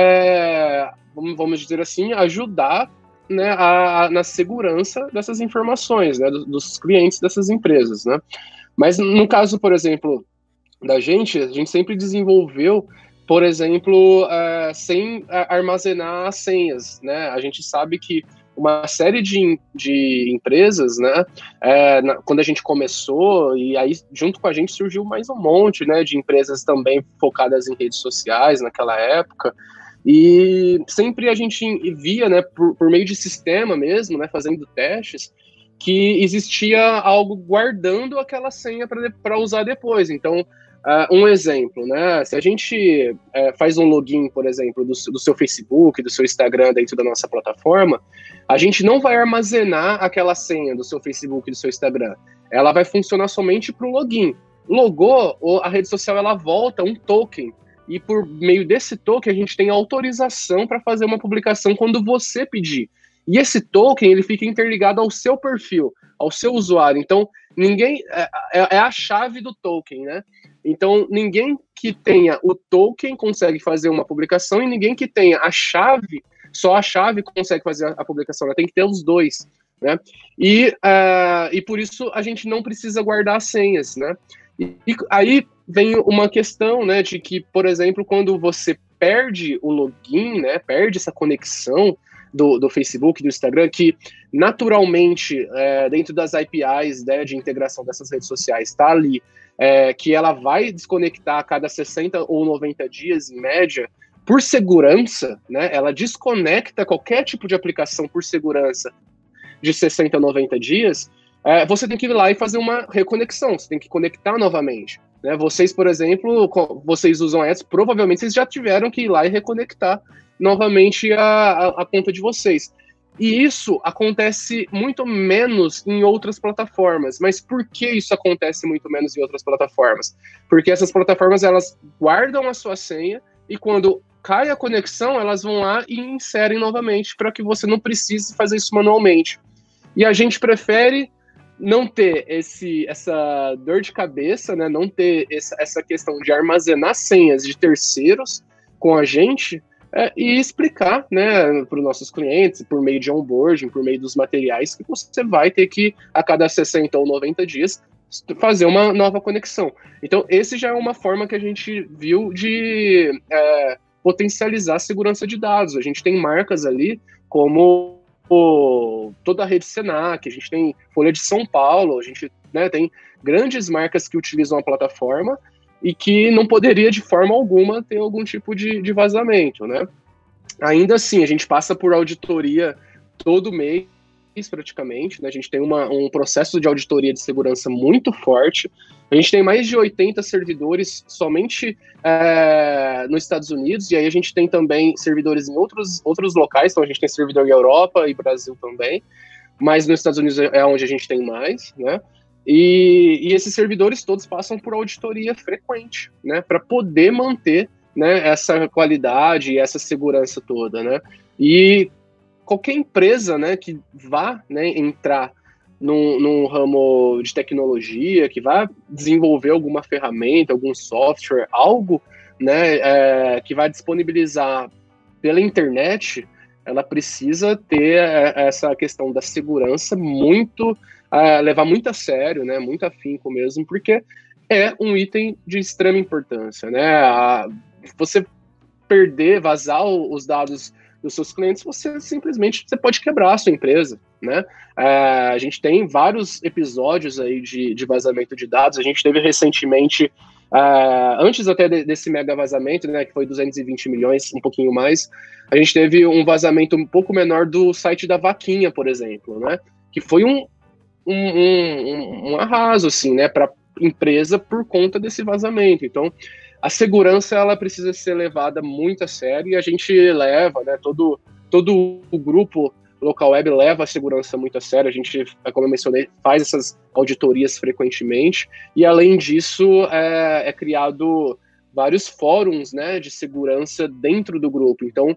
vamos dizer assim, ajudar, né, na segurança dessas informações, né, dos clientes dessas empresas, né. Mas no caso, por exemplo, a gente sempre desenvolveu, por exemplo, sem armazenar as senhas, né? A gente sabe que uma série de empresas, né? Quando a gente começou, e aí junto com a gente surgiu mais um monte, né? De empresas também focadas em redes sociais naquela época, e sempre a gente via, né? Por meio de sistema mesmo, né? Fazendo testes, que existia algo guardando aquela senha para usar depois. Então, um exemplo, né? Se a gente faz um login, por exemplo, do seu Facebook, do seu Instagram dentro da nossa plataforma, a gente não vai armazenar aquela senha do seu Facebook e do seu Instagram. Ela vai funcionar somente para o login. Logou, a rede social ela volta um token. E por meio desse token, a gente tem autorização para fazer uma publicação quando você pedir. E esse token, ele fica interligado ao seu perfil, ao seu usuário. Então, ninguém... É a chave do token, né? Então, ninguém que tenha o token consegue fazer uma publicação e ninguém que tenha a chave, só a chave consegue fazer a publicação. Ela tem que ter os dois, né? E por isso a gente não precisa guardar as senhas, né? E aí vem uma questão, né, de que, por exemplo, quando você perde o login, né, perde essa conexão do Facebook, do Instagram, que naturalmente, dentro das APIs, né, de integração dessas redes sociais, está ali, que ela vai desconectar a cada 60 ou 90 dias, em média, por segurança, né, ela desconecta qualquer tipo de aplicação por segurança de 60 a 90 dias, você tem que ir lá e fazer uma reconexão, você tem que conectar novamente. Né? Vocês, por exemplo, vocês usam Ethos, provavelmente vocês já tiveram que ir lá e reconectar novamente a conta de vocês. E isso acontece muito menos em outras plataformas. Mas por que isso acontece muito menos em outras plataformas? Porque essas plataformas, elas guardam a sua senha e quando cai a conexão, elas vão lá e inserem novamente para que você não precise fazer isso manualmente. E a gente prefere não ter essa dor de cabeça, né? Não ter essa questão de armazenar senhas de terceiros com a gente, e explicar, né, para os nossos clientes, por meio de onboarding, por meio dos materiais, que você vai ter que, a cada 60 ou 90 dias, fazer uma nova conexão. Então, esse já é uma forma que a gente viu de potencializar a segurança de dados. A gente tem marcas ali, como toda a rede Senac, a gente tem Folha de São Paulo, a gente, né, tem grandes marcas que utilizam a plataforma, e que não poderia, de forma alguma, ter algum tipo de vazamento, né? Ainda assim, a gente passa por auditoria todo mês, praticamente, né? A gente tem um processo de auditoria de segurança muito forte. A gente tem mais de 80 servidores somente nos Estados Unidos, e aí a gente tem também servidores em outros locais, então a gente tem servidor em Europa e Brasil também, mas nos Estados Unidos é onde a gente tem mais, né? E esses servidores todos passam por auditoria frequente, né, para poder manter, né, essa qualidade e essa segurança toda, né. E qualquer empresa, né, que vá, né, entrar num ramo de tecnologia, que vá desenvolver alguma ferramenta, algum software, algo, né, que vai disponibilizar pela internet, ela precisa ter essa questão da segurança muito levar muito a sério, né, muito afinco mesmo, porque é um item de extrema importância, né, você vazar os dados dos seus clientes, você pode quebrar a sua empresa, né, a gente tem vários episódios aí de vazamento de dados, a gente teve recentemente, antes até desse mega vazamento, né, que foi 220 milhões, um pouquinho mais, a gente teve um vazamento um pouco menor do site da Vaquinha, por exemplo, né, que foi um arraso, assim, né, para empresa por conta desse vazamento. Então, a segurança, ela precisa ser levada muito a sério, e a gente leva, né, todo o grupo Local Web leva a segurança muito a sério. A gente, como eu mencionei, faz essas auditorias frequentemente, e além disso, é criado vários fóruns, né, de segurança dentro do grupo. Então,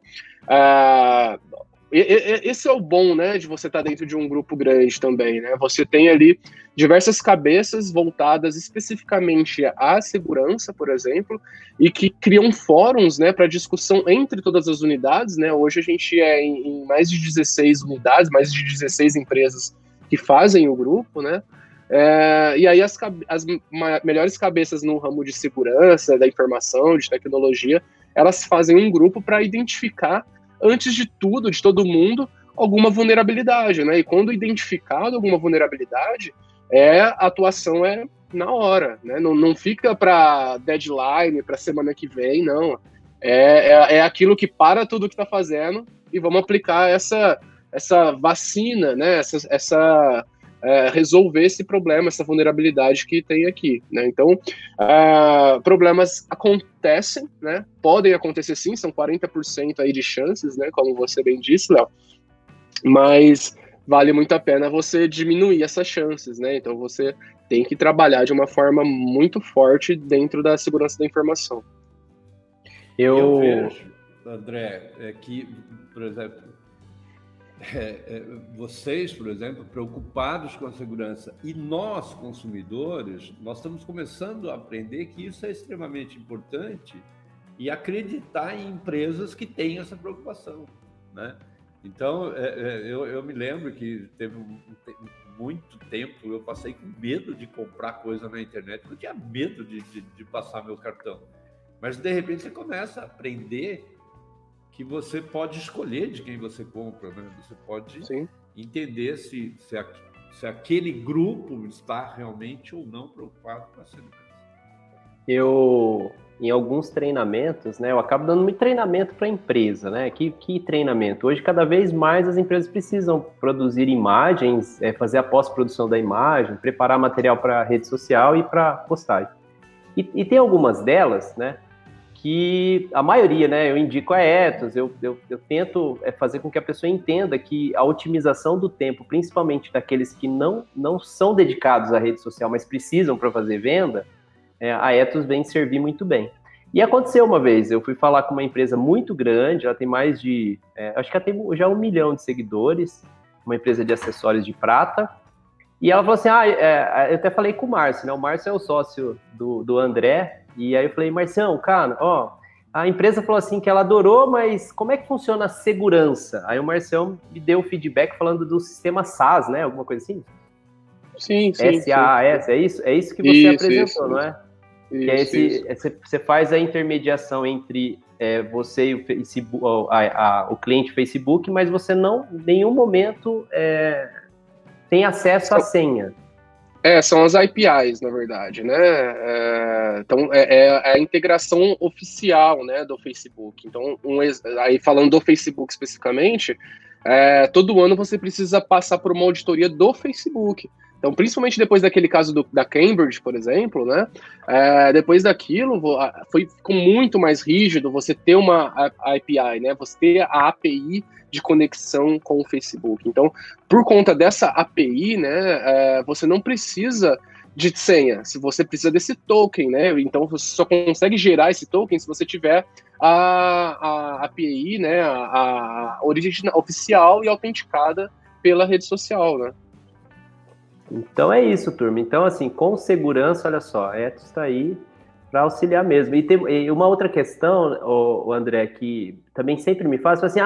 esse é o bom, né, de você estar dentro de um grupo grande também, né? Você tem ali diversas cabeças voltadas especificamente à segurança, por exemplo, e que criam fóruns, né, para discussão entre todas as unidades, né? Hoje a gente é em mais de 16 unidades, mais de 16 empresas que fazem o grupo, né? E aí as melhores cabeças no ramo de segurança, da informação, de tecnologia, elas fazem um grupo para identificar, antes de tudo, de todo mundo, alguma vulnerabilidade, né? E quando identificado alguma vulnerabilidade, a atuação é na hora, né? Não fica para deadline, para semana que vem, não. É aquilo que para tudo que está fazendo e vamos aplicar essa vacina, né? Resolver esse problema, essa vulnerabilidade que tem aqui, né? Então, problemas acontecem, né? Podem acontecer sim, são 40% aí de chances, né? Como você bem disse, Léo, mas vale muito a pena você diminuir essas chances, né? Então, você tem que trabalhar de uma forma muito forte dentro da segurança da informação. Eu vejo, André, que, por exemplo, vocês, por exemplo, preocupados com a segurança, e nós, consumidores, nós estamos começando a aprender que isso é extremamente importante e acreditar em empresas que têm essa preocupação, né? Então, eu me lembro que teve muito tempo, eu passei com medo de comprar coisa na internet, porque eu tinha medo de passar meu cartão. Mas, de repente, você começa a aprender que você pode escolher de quem você compra, né? Você pode Sim. entender se aquele grupo está realmente ou não preocupado com a segurança. Em alguns treinamentos, né, eu acabo dando muito treinamento para a empresa, né? Que treinamento? Hoje, cada vez mais, as empresas precisam produzir imagens, fazer a pós-produção da imagem, preparar material para rede social e para postagem. E tem algumas delas, né, que a maioria, né, eu indico a Ethos, eu tento fazer com que a pessoa entenda que a otimização do tempo, principalmente daqueles que não são dedicados à rede social, mas precisam para fazer venda, a Ethos vem servir muito bem. E aconteceu uma vez, eu fui falar com uma empresa muito grande, ela tem mais de, acho que ela tem já 1 milhão de seguidores, uma empresa de acessórios de prata, e ela falou assim, eu até falei com o Márcio, né, o Márcio é o sócio do André, e aí eu falei, Marcião, cara, a empresa falou assim que ela adorou, mas como é que funciona a segurança? Aí o Marcião me deu o feedback falando do sistema SaaS, né, alguma coisa assim? Sim. SaaS, é isso que você apresentou, isso, não é? Isso, que é você faz a intermediação entre você e o Facebook, o cliente Facebook, mas você não, em nenhum momento, tem acesso à senha. São as APIs, na verdade, né? Então, a integração oficial, né, do Facebook. Então, aí falando do Facebook especificamente, todo ano você precisa passar por uma auditoria do Facebook. Então, principalmente depois daquele caso da Cambridge, por exemplo, né? Depois daquilo, ficou muito mais rígido você ter uma API, né? Você ter a API de conexão com o Facebook. Então, por conta dessa API, né, você não precisa de senha, se você precisa desse token, né? Então, você só consegue gerar esse token se você tiver a API, né, a origem oficial e autenticada pela rede social, né? Então é isso, turma. Então, assim, com segurança, olha só, a Ethos está aí para auxiliar mesmo. E tem uma outra questão, o André, que também sempre me faz, assim,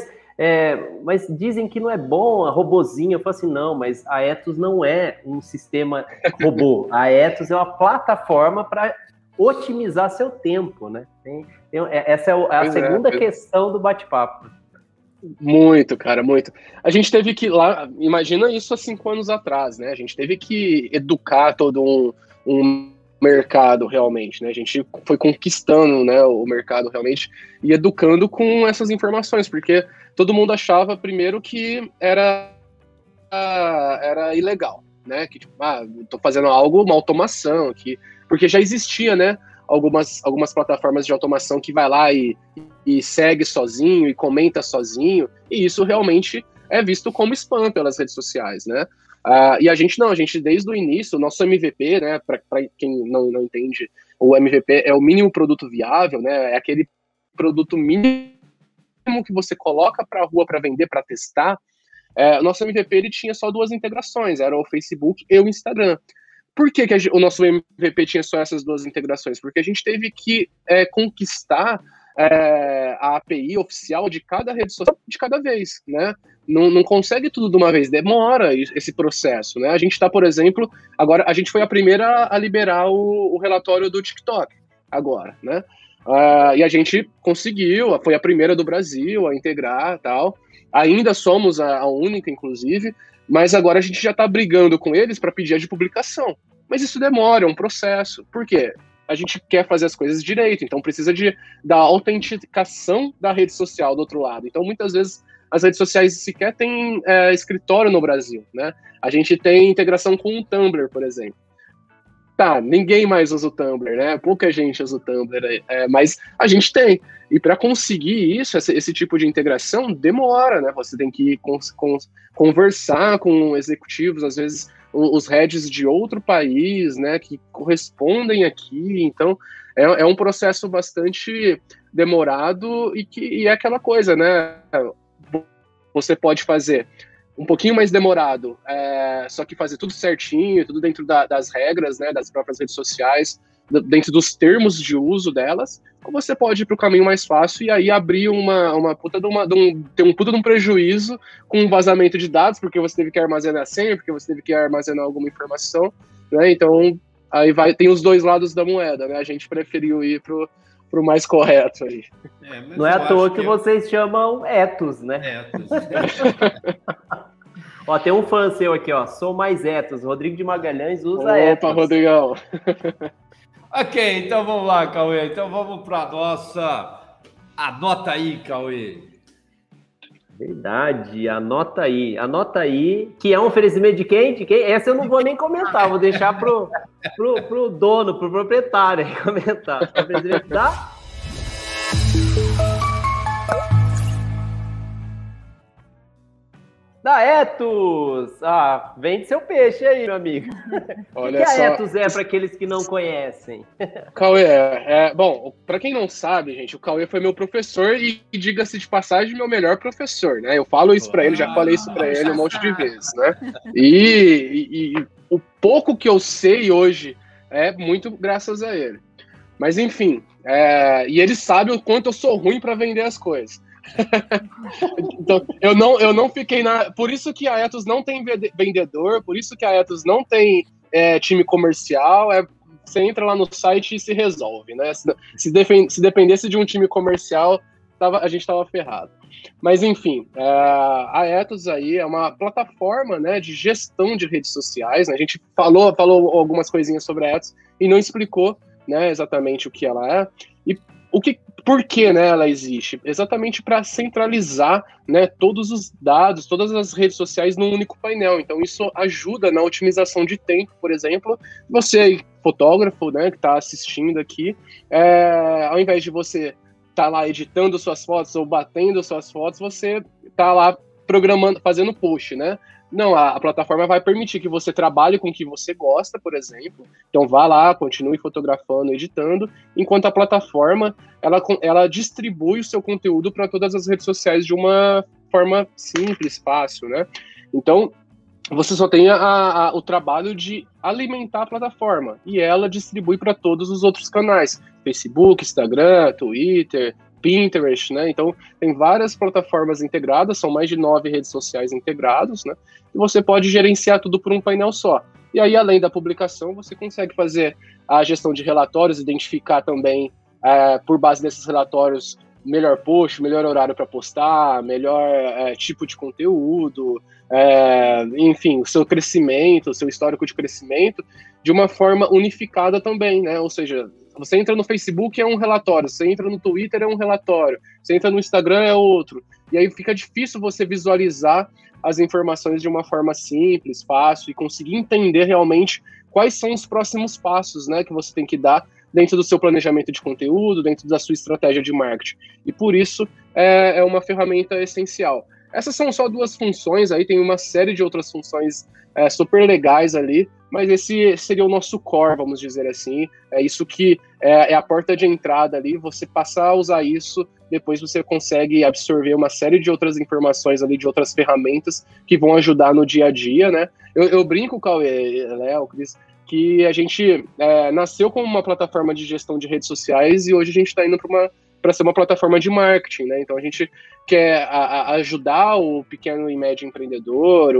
mas dizem que não é bom a robozinho. Eu falo assim, não, mas a Ethos não é um sistema robô. A Ethos é uma plataforma para otimizar seu tempo, né? Essa é a segunda questão do bate-papo. Muito, cara, muito. A gente teve que lá, imagina isso há 5 anos atrás, né? A gente teve que educar todo um mercado realmente, né? A gente foi conquistando, né, o mercado realmente e educando com essas informações, porque todo mundo achava primeiro que era ilegal, né? Que tipo, tô fazendo algo, uma automação aqui, porque já existia, né? Algumas plataformas de automação que vai lá e segue sozinho e comenta sozinho, e isso realmente é visto como spam pelas redes sociais, né? E a gente desde o início, o nosso MVP, né, para quem não entende, o MVP é o mínimo produto viável, né, é aquele produto mínimo que você coloca para a rua para vender, para testar. O nosso MVP ele tinha só 2 integrações, era o Facebook e o Instagram. Por que o nosso MVP tinha só essas 2 integrações? Porque a gente teve que conquistar a API oficial de cada rede social de cada vez, né? Não consegue tudo de uma vez, demora esse processo, né? A gente está, por exemplo, agora a gente foi a primeira a liberar o relatório do TikTok, agora, né? E a gente conseguiu, foi a primeira do Brasil a integrar tal. Ainda somos a única, inclusive, mas agora a gente já está brigando com eles para pedir a de publicação. Mas isso demora, é um processo. Por quê? A gente quer fazer as coisas direito, então precisa da autenticação da rede social do outro lado. Então, muitas vezes, as redes sociais sequer têm escritório no Brasil, né? A gente tem integração com o Tumblr, por exemplo. Ninguém mais usa o Tumblr, né? Pouca gente usa o Tumblr, mas a gente tem. E para conseguir isso, esse tipo de integração, demora, né? Você tem que conversar com executivos, às vezes os heads de outro país, né? Que correspondem aqui. Então, é um processo bastante demorado e é aquela coisa, né? Você pode fazer um pouquinho mais demorado, só que fazer tudo certinho, tudo dentro das regras, né, das próprias redes sociais, dentro dos termos de uso delas, ou você pode ir para o caminho mais fácil e aí abrir uma puta ter um puta de um prejuízo com um vazamento de dados, porque você teve que armazenar a senha, porque você teve que armazenar alguma informação, né, então aí tem os 2 lados da moeda, né, a gente preferiu ir pro mais correto aí. Não é à toa que vocês chamam Ethos, né? Ethos. Ó, tem um fã seu aqui, ó. Sou mais Ethos. Rodrigo de Magalhães usa Ethos. Opa, Rodrigão. Ok, então vamos lá, Cauê. Então vamos para a nossa... Anota aí, Cauê. Verdade, anota aí, que é um oferecimento de quem? Essa eu não vou nem comentar, vou deixar pro dono, pro proprietário aí comentar. Oferecimento da Da Etos! Ah, vende seu peixe aí, meu amigo. Olha o que só, a Etos é para aqueles que não conhecem? Cauê, bom, para quem não sabe, gente, o Cauê foi meu professor e diga-se de passagem, meu melhor professor, né? Eu falo isso para ele, já falei isso para ele um monte de vezes, né? E o pouco que eu sei hoje é muito graças a ele. Mas enfim, e ele sabe o quanto eu sou ruim para vender as coisas. Então, eu não fiquei na. Por isso que a Etos não tem vendedor, por isso que a Etos não tem time comercial. Você entra lá no site e se resolve, né? Se dependesse de um time comercial, a gente estava ferrado. Mas enfim, a Etos aí é uma plataforma, né, de gestão de redes sociais, né? A gente falou algumas coisinhas sobre a Etos e não explicou, né, exatamente o que ela é e por que, né, ela existe? Exatamente para centralizar, né, todos os dados, todas as redes sociais num único painel. Então isso ajuda na otimização de tempo, por exemplo. Você, fotógrafo, né, que está assistindo aqui, ao invés de você estar lá editando suas fotos ou batendo suas fotos, você está lá programando, fazendo post, né? Não, a plataforma vai permitir que você trabalhe com o que você gosta, por exemplo. Então vá lá, continue fotografando, editando, enquanto a plataforma ela distribui o seu conteúdo para todas as redes sociais de uma forma simples, fácil, né? Então você só tem o trabalho de alimentar a plataforma e ela distribui para todos os outros canais: Facebook, Instagram, Twitter, Pinterest, né? Então, tem várias plataformas integradas, são mais de 9 redes sociais integradas, né? E você pode gerenciar tudo por um painel só. E aí, além da publicação, você consegue fazer a gestão de relatórios, identificar também, por base desses relatórios, melhor post, melhor horário para postar, melhor tipo de conteúdo, enfim, o seu crescimento, o seu histórico de crescimento, de uma forma unificada também, né? Ou seja, você entra no Facebook, é um relatório, você entra no Twitter, é um relatório, você entra no Instagram, é outro. E aí fica difícil você visualizar as informações de uma forma simples, fácil, e conseguir entender realmente quais são os próximos passos, né, que você tem que dar dentro do seu planejamento de conteúdo, dentro da sua estratégia de marketing. E por isso é uma ferramenta essencial. Essas são só 2 funções, aí tem uma série de outras funções super legais ali, mas esse seria o nosso core, vamos dizer assim. É isso que é a porta de entrada ali. Você passar a usar isso, depois você consegue absorver uma série de outras informações ali, de outras ferramentas que vão ajudar no dia a dia, né? Eu brinco, Cauê, Léo, Cris, que a gente nasceu como uma plataforma de gestão de redes sociais e hoje a gente está indo para ser uma plataforma de marketing, né? Então a gente quer ajudar o pequeno e médio empreendedor,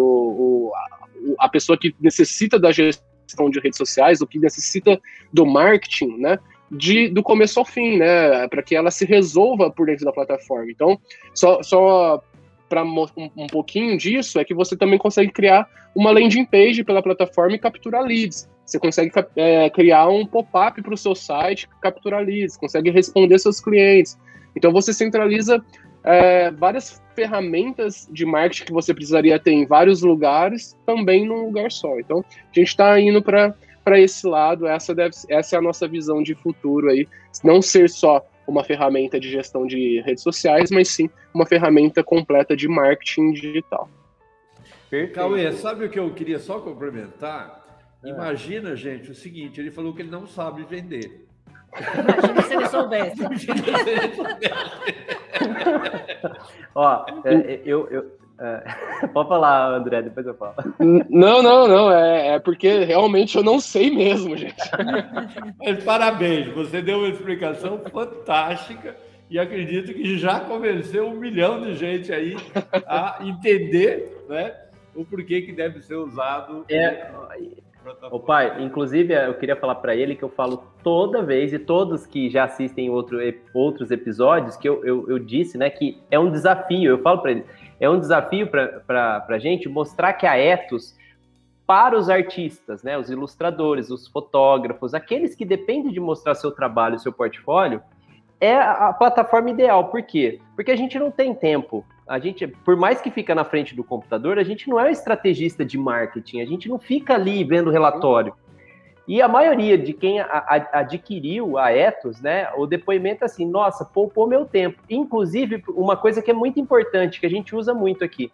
a pessoa que necessita da gestão de redes sociais, ou que necessita do marketing, né? Do começo ao fim, né? Para que ela se resolva por dentro da plataforma. Então, só para um pouquinho disso, é que você também consegue criar uma landing page pela plataforma e capturar leads. Você consegue criar um pop-up para o seu site, capturar leads, consegue responder seus clientes. Então, você centraliza várias ferramentas de marketing que você precisaria ter em vários lugares, também num lugar só. Então, a gente está indo para esse lado. Essa é a nossa visão de futuro aí. Não ser só uma ferramenta de gestão de redes sociais, mas sim uma ferramenta completa de marketing digital. Perfeito. Cauê, sabe o que eu queria só complementar? Imagina, gente, o seguinte, ele falou que ele não sabe vender. Imagina se ele soubesse. Ó, pode falar, André, depois eu falo. Não, é porque realmente eu não sei mesmo, gente. Mas parabéns, você deu uma explicação fantástica e acredito que já convenceu 1 milhão de gente aí a entender, né, o porquê que deve ser usado. Ô pai, inclusive eu queria falar para ele que eu falo toda vez, e todos que já assistem outros episódios, que eu disse, né, que é um desafio, eu falo para eles, é um desafio para a gente mostrar que a Etos, para os artistas, né, os ilustradores, os fotógrafos, aqueles que dependem de mostrar seu trabalho, seu portfólio, é a plataforma ideal. Por quê? Porque a gente não tem tempo. A gente, por mais que fica na frente do computador, a gente não é um estrategista de marketing, a gente não fica ali vendo relatório. E a maioria de quem adquiriu a Etos, né, o depoimento é assim, nossa, poupou meu tempo. Inclusive, uma coisa que é muito importante, que a gente usa muito aqui,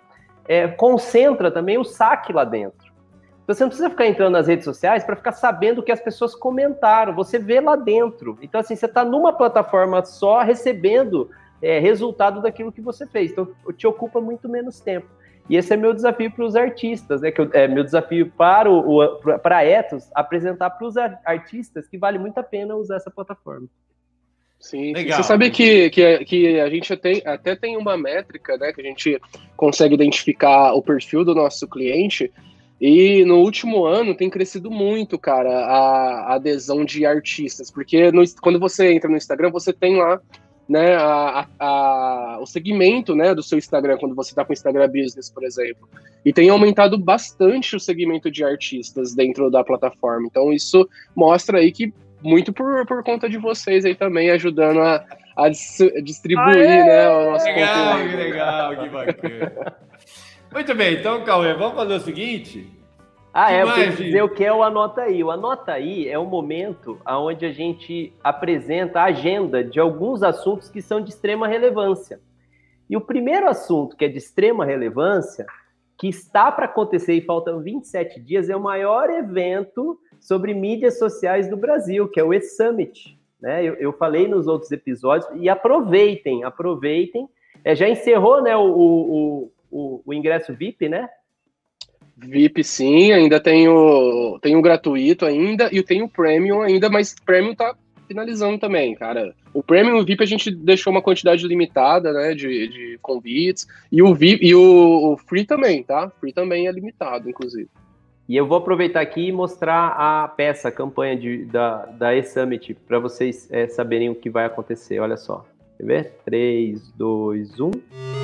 concentra também o saque lá dentro. Então você não precisa ficar entrando nas redes sociais para ficar sabendo o que as pessoas comentaram, você vê lá dentro. Então assim, você está numa plataforma só recebendo resultado daquilo que você fez. Então te ocupa muito menos tempo. E esse é meu desafio para os artistas, né? Meu desafio para a Ethos, apresentar para os artistas que vale muito a pena usar essa plataforma. Sim, legal. Você sabe que a gente até tem uma métrica, né? Que a gente consegue identificar o perfil do nosso cliente. E no último ano tem crescido muito, cara, a adesão de artistas. Porque quando você entra no Instagram, você tem lá, né, o segmento, né, do seu Instagram, quando você está com o Instagram Business, por exemplo. E tem aumentado bastante o segmento de artistas dentro da plataforma. Então isso mostra aí que muito por conta de vocês aí também, ajudando a distribuir, né, o nosso conteúdo. Que legal, que bacana. Muito bem, então, Cauê, vamos fazer o seguinte... eu tenho que dizer o que é o Anota Aí. O Anota Aí é um momento onde a gente apresenta a agenda de alguns assuntos que são de extrema relevância. E o primeiro assunto que é de extrema relevância, que está para acontecer e faltam 27 dias, é o maior evento sobre mídias sociais do Brasil, que é o E-Summit. Né? Eu falei nos outros episódios, e aproveitem. Já encerrou, né, o ingresso VIP, né? VIP, sim, ainda tem o gratuito ainda, e tem o Premium ainda, mas o Premium tá finalizando também, cara. O Premium e o VIP a gente deixou uma quantidade limitada, né, de convites, e o VIP e o Free também, tá? Free também é limitado, inclusive. E eu vou aproveitar aqui e mostrar a peça, a campanha da E-Summit, para vocês saberem o que vai acontecer. Olha só. Quer ver? 3, 2, 1...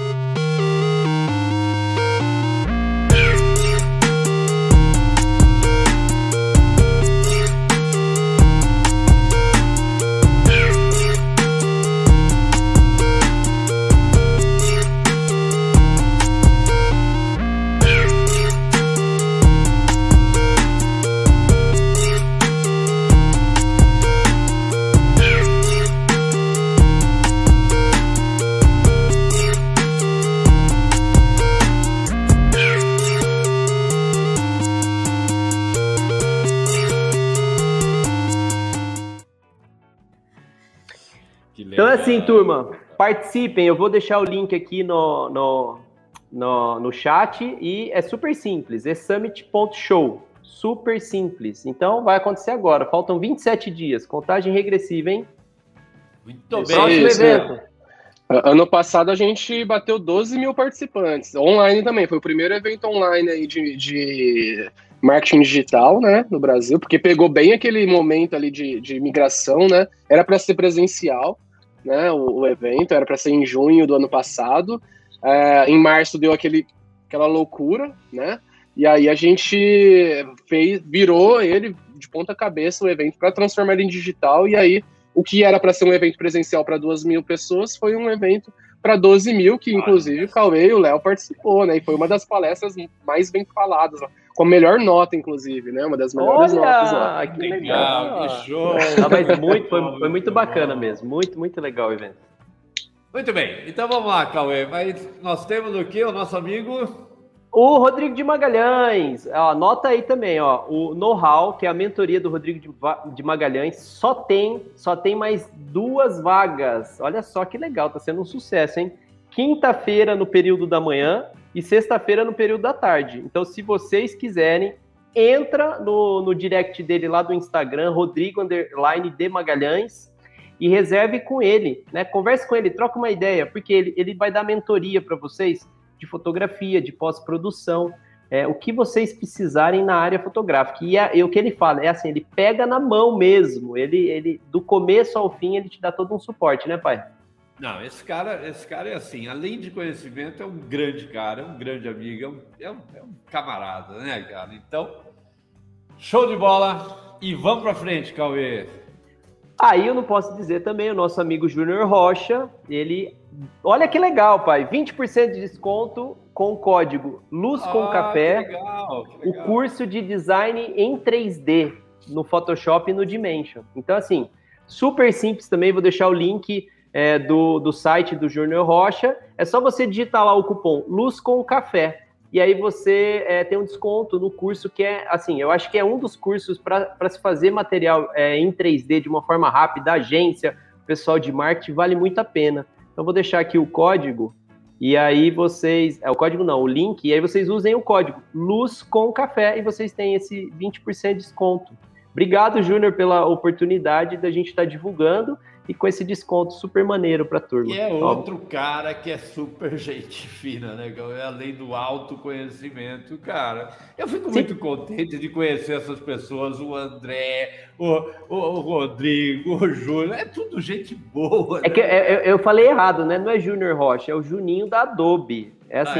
Então é assim, turma, participem, eu vou deixar o link aqui no chat e é super simples, é summit.show, super simples. Então vai acontecer agora, faltam 27 dias, contagem regressiva, hein? Muito bem. Próximo evento. Ano passado a gente bateu 12 mil participantes, online também, foi o primeiro evento online aí de marketing digital, né, no Brasil, porque pegou bem aquele momento ali de migração, né, era para ser presencial, né, o evento, era para ser em junho do ano passado, em março deu aquela loucura, né, e aí a gente virou ele de ponta cabeça o evento para transformar ele em digital, e aí o que era para ser um evento presencial para 2 mil pessoas foi um evento para 12 mil, que inclusive o Cauê e o Léo participou, né, e foi uma das palestras mais bem faladas, com a melhor nota, inclusive, né? Uma das melhores notas lá. Que legal, que show! Mas foi muito bacana mesmo, muito legal o evento. Muito bem, então vamos lá, Cauê, mas nós temos o quê? O nosso amigo... O Rodrigo de Magalhães, anota aí também, ó, o Know-How, que é a mentoria do Rodrigo de Magalhães, só tem mais 2 vagas. Olha só que legal, tá sendo um sucesso, hein? Quinta-feira no período da manhã e sexta-feira no período da tarde. Então, se vocês quiserem, entra no direct dele lá do Instagram, Rodrigo_de Magalhães, e reserve com ele, né? Converse com ele, troca uma ideia, porque ele vai dar mentoria para vocês de fotografia, de pós-produção, o que vocês precisarem na área fotográfica. E o que ele fala é assim, ele pega na mão mesmo, ele do começo ao fim, ele te dá todo um suporte, né, pai? Não, esse cara é assim, além de conhecimento, é um grande cara, é um grande amigo, é um camarada, né, cara? Então, show de bola e vamos pra frente, Cauê. Aí eu não posso dizer também, o nosso amigo Júnior Rocha, olha que legal, pai, 20% de desconto com o código Luz com Café, que legal. O curso de design em 3D no Photoshop e no Dimension. Então, assim, super simples também, vou deixar o link do site do Júnior Rocha, é só você digitar lá o cupom Luz com Café. e aí você tem um desconto no curso que é, assim, eu acho que é um dos cursos para se fazer material em 3D de uma forma rápida, agência, pessoal de marketing, vale muito a pena. Então, vou deixar aqui o código, e aí vocês... o código não, o link, e aí vocês usem o código Luz com Café, e vocês têm esse 20% de desconto. Obrigado, Júnior, pela oportunidade da gente estar divulgando, e com esse desconto super maneiro para a turma. E é outro cara que é super gente fina, né? Além do autoconhecimento, cara. Eu fico muito contente de conhecer essas pessoas, o André, o Rodrigo, o Júnior, é tudo gente boa. Né? É que eu falei errado, né? Não é Júnior Rocha, é o Juninho da Adobe. É assim,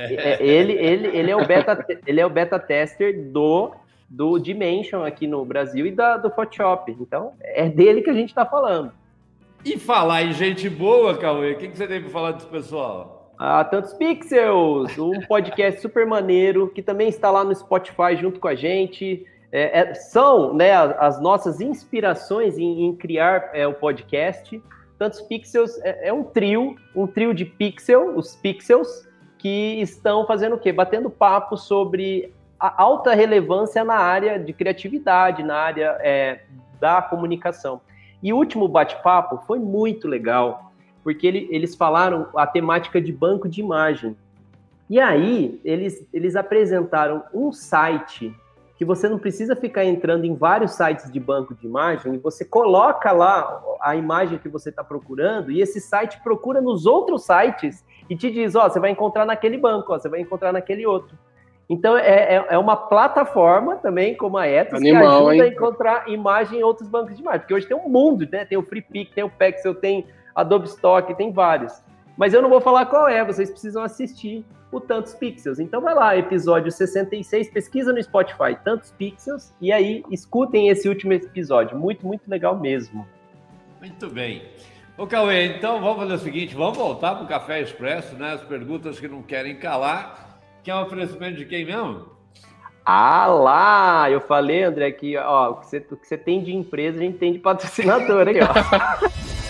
ele é o beta tester do Dimension aqui no Brasil e do Photoshop. Então, é dele que a gente está falando. E falar em gente boa, Cauê, o que você tem para falar desse pessoal? Tantos Pixels, um podcast super maneiro, que também está lá no Spotify junto com a gente. São, né, as nossas inspirações em criar o podcast. Tantos Pixels é um trio de pixel, os Pixels, que estão fazendo o quê? Batendo papo sobre a alta relevância na área de criatividade, na área da comunicação. E o último bate-papo foi muito legal, porque eles falaram a temática de banco de imagem. E aí, eles apresentaram um site que você não precisa ficar entrando em vários sites de banco de imagem, e você coloca lá a imagem que você está procurando, e esse site procura nos outros sites e te diz, você vai encontrar naquele banco, você vai encontrar naquele outro. Então, é uma plataforma também, como a Ethos, que ajuda a encontrar imagem em outros bancos de imagem. Porque hoje tem um mundo, né? Tem o FreePic, tem o Pexel, tem Adobe Stock, tem vários. Mas eu não vou falar qual vocês precisam assistir o Tantos Pixels. Então, vai lá, episódio 66, pesquisa no Spotify, Tantos Pixels, e aí escutem esse último episódio. Muito, muito legal mesmo. Muito bem. Ô, Cauê, então vamos fazer o seguinte, vamos voltar para o Café Expresso, né? As perguntas que não querem calar. Que é um oferecimento de quem mesmo? Lá! Eu falei, André, que o que você tem de empresa, a gente tem de patrocinador aí, ó.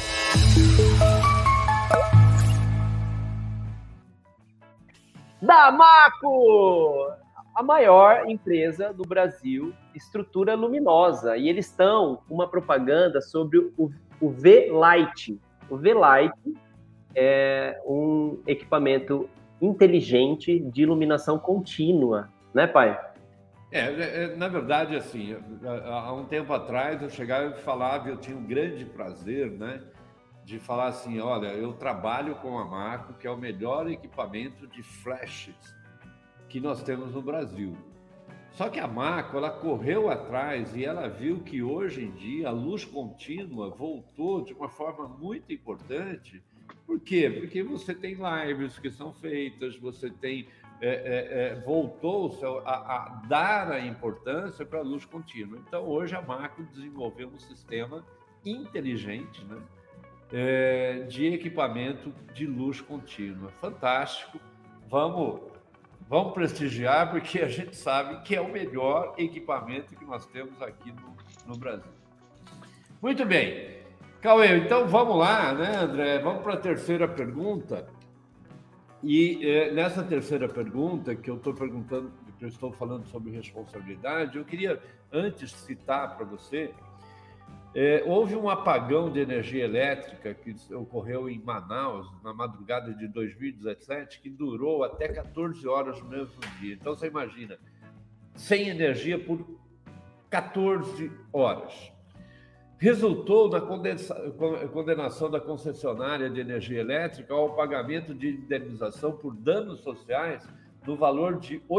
Damaco! A maior empresa do Brasil, estrutura luminosa. E eles estão com uma propaganda sobre o V-Light. O V-Light é um equipamento inteligente de iluminação contínua, né, pai? Na verdade, assim, há um tempo atrás eu chegava e falava, eu tinha um grande prazer, né, de falar assim, olha, eu trabalho com a Maco, que é o melhor equipamento de flashes que nós temos no Brasil. Só que a Maco, ela correu atrás e ela viu que hoje em dia a luz contínua voltou de uma forma muito importante. Por quê? Porque você tem lives que são feitas, você tem voltou a dar a importância para a luz contínua. Então, hoje a Maco desenvolveu um sistema inteligente, né, de equipamento de luz contínua. Fantástico. Vamos prestigiar, porque a gente sabe que é o melhor equipamento que nós temos aqui no Brasil. Muito bem. Cauê, então vamos lá, né, André? Vamos para a terceira pergunta. E nessa terceira pergunta, que eu estou perguntando, que eu estou falando sobre responsabilidade, eu queria antes citar para você, houve um apagão de energia elétrica que ocorreu em Manaus, na madrugada de 2017, que durou até 14 horas no mesmo dia. Então, você imagina, sem energia por 14 horas. Resultou na condenação da concessionária de energia elétrica ao pagamento de indenização por danos sociais no valor de R$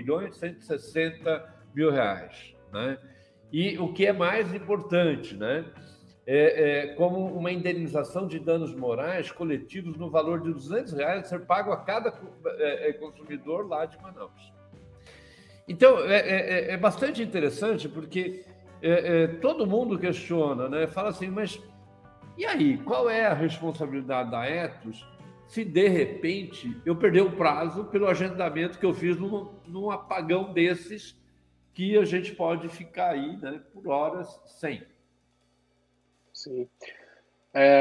8.160.000, né? E o que é mais importante, né? Como uma indenização de danos morais coletivos no valor de R$ 200 ser pago a cada consumidor lá de Manaus. Então, é bastante interessante porque todo mundo questiona, né? Fala assim, mas e aí, qual é a responsabilidade da Ethos se, de repente, eu perder o prazo pelo agendamento que eu fiz num apagão desses que a gente pode ficar aí, né, por horas sem? Sim.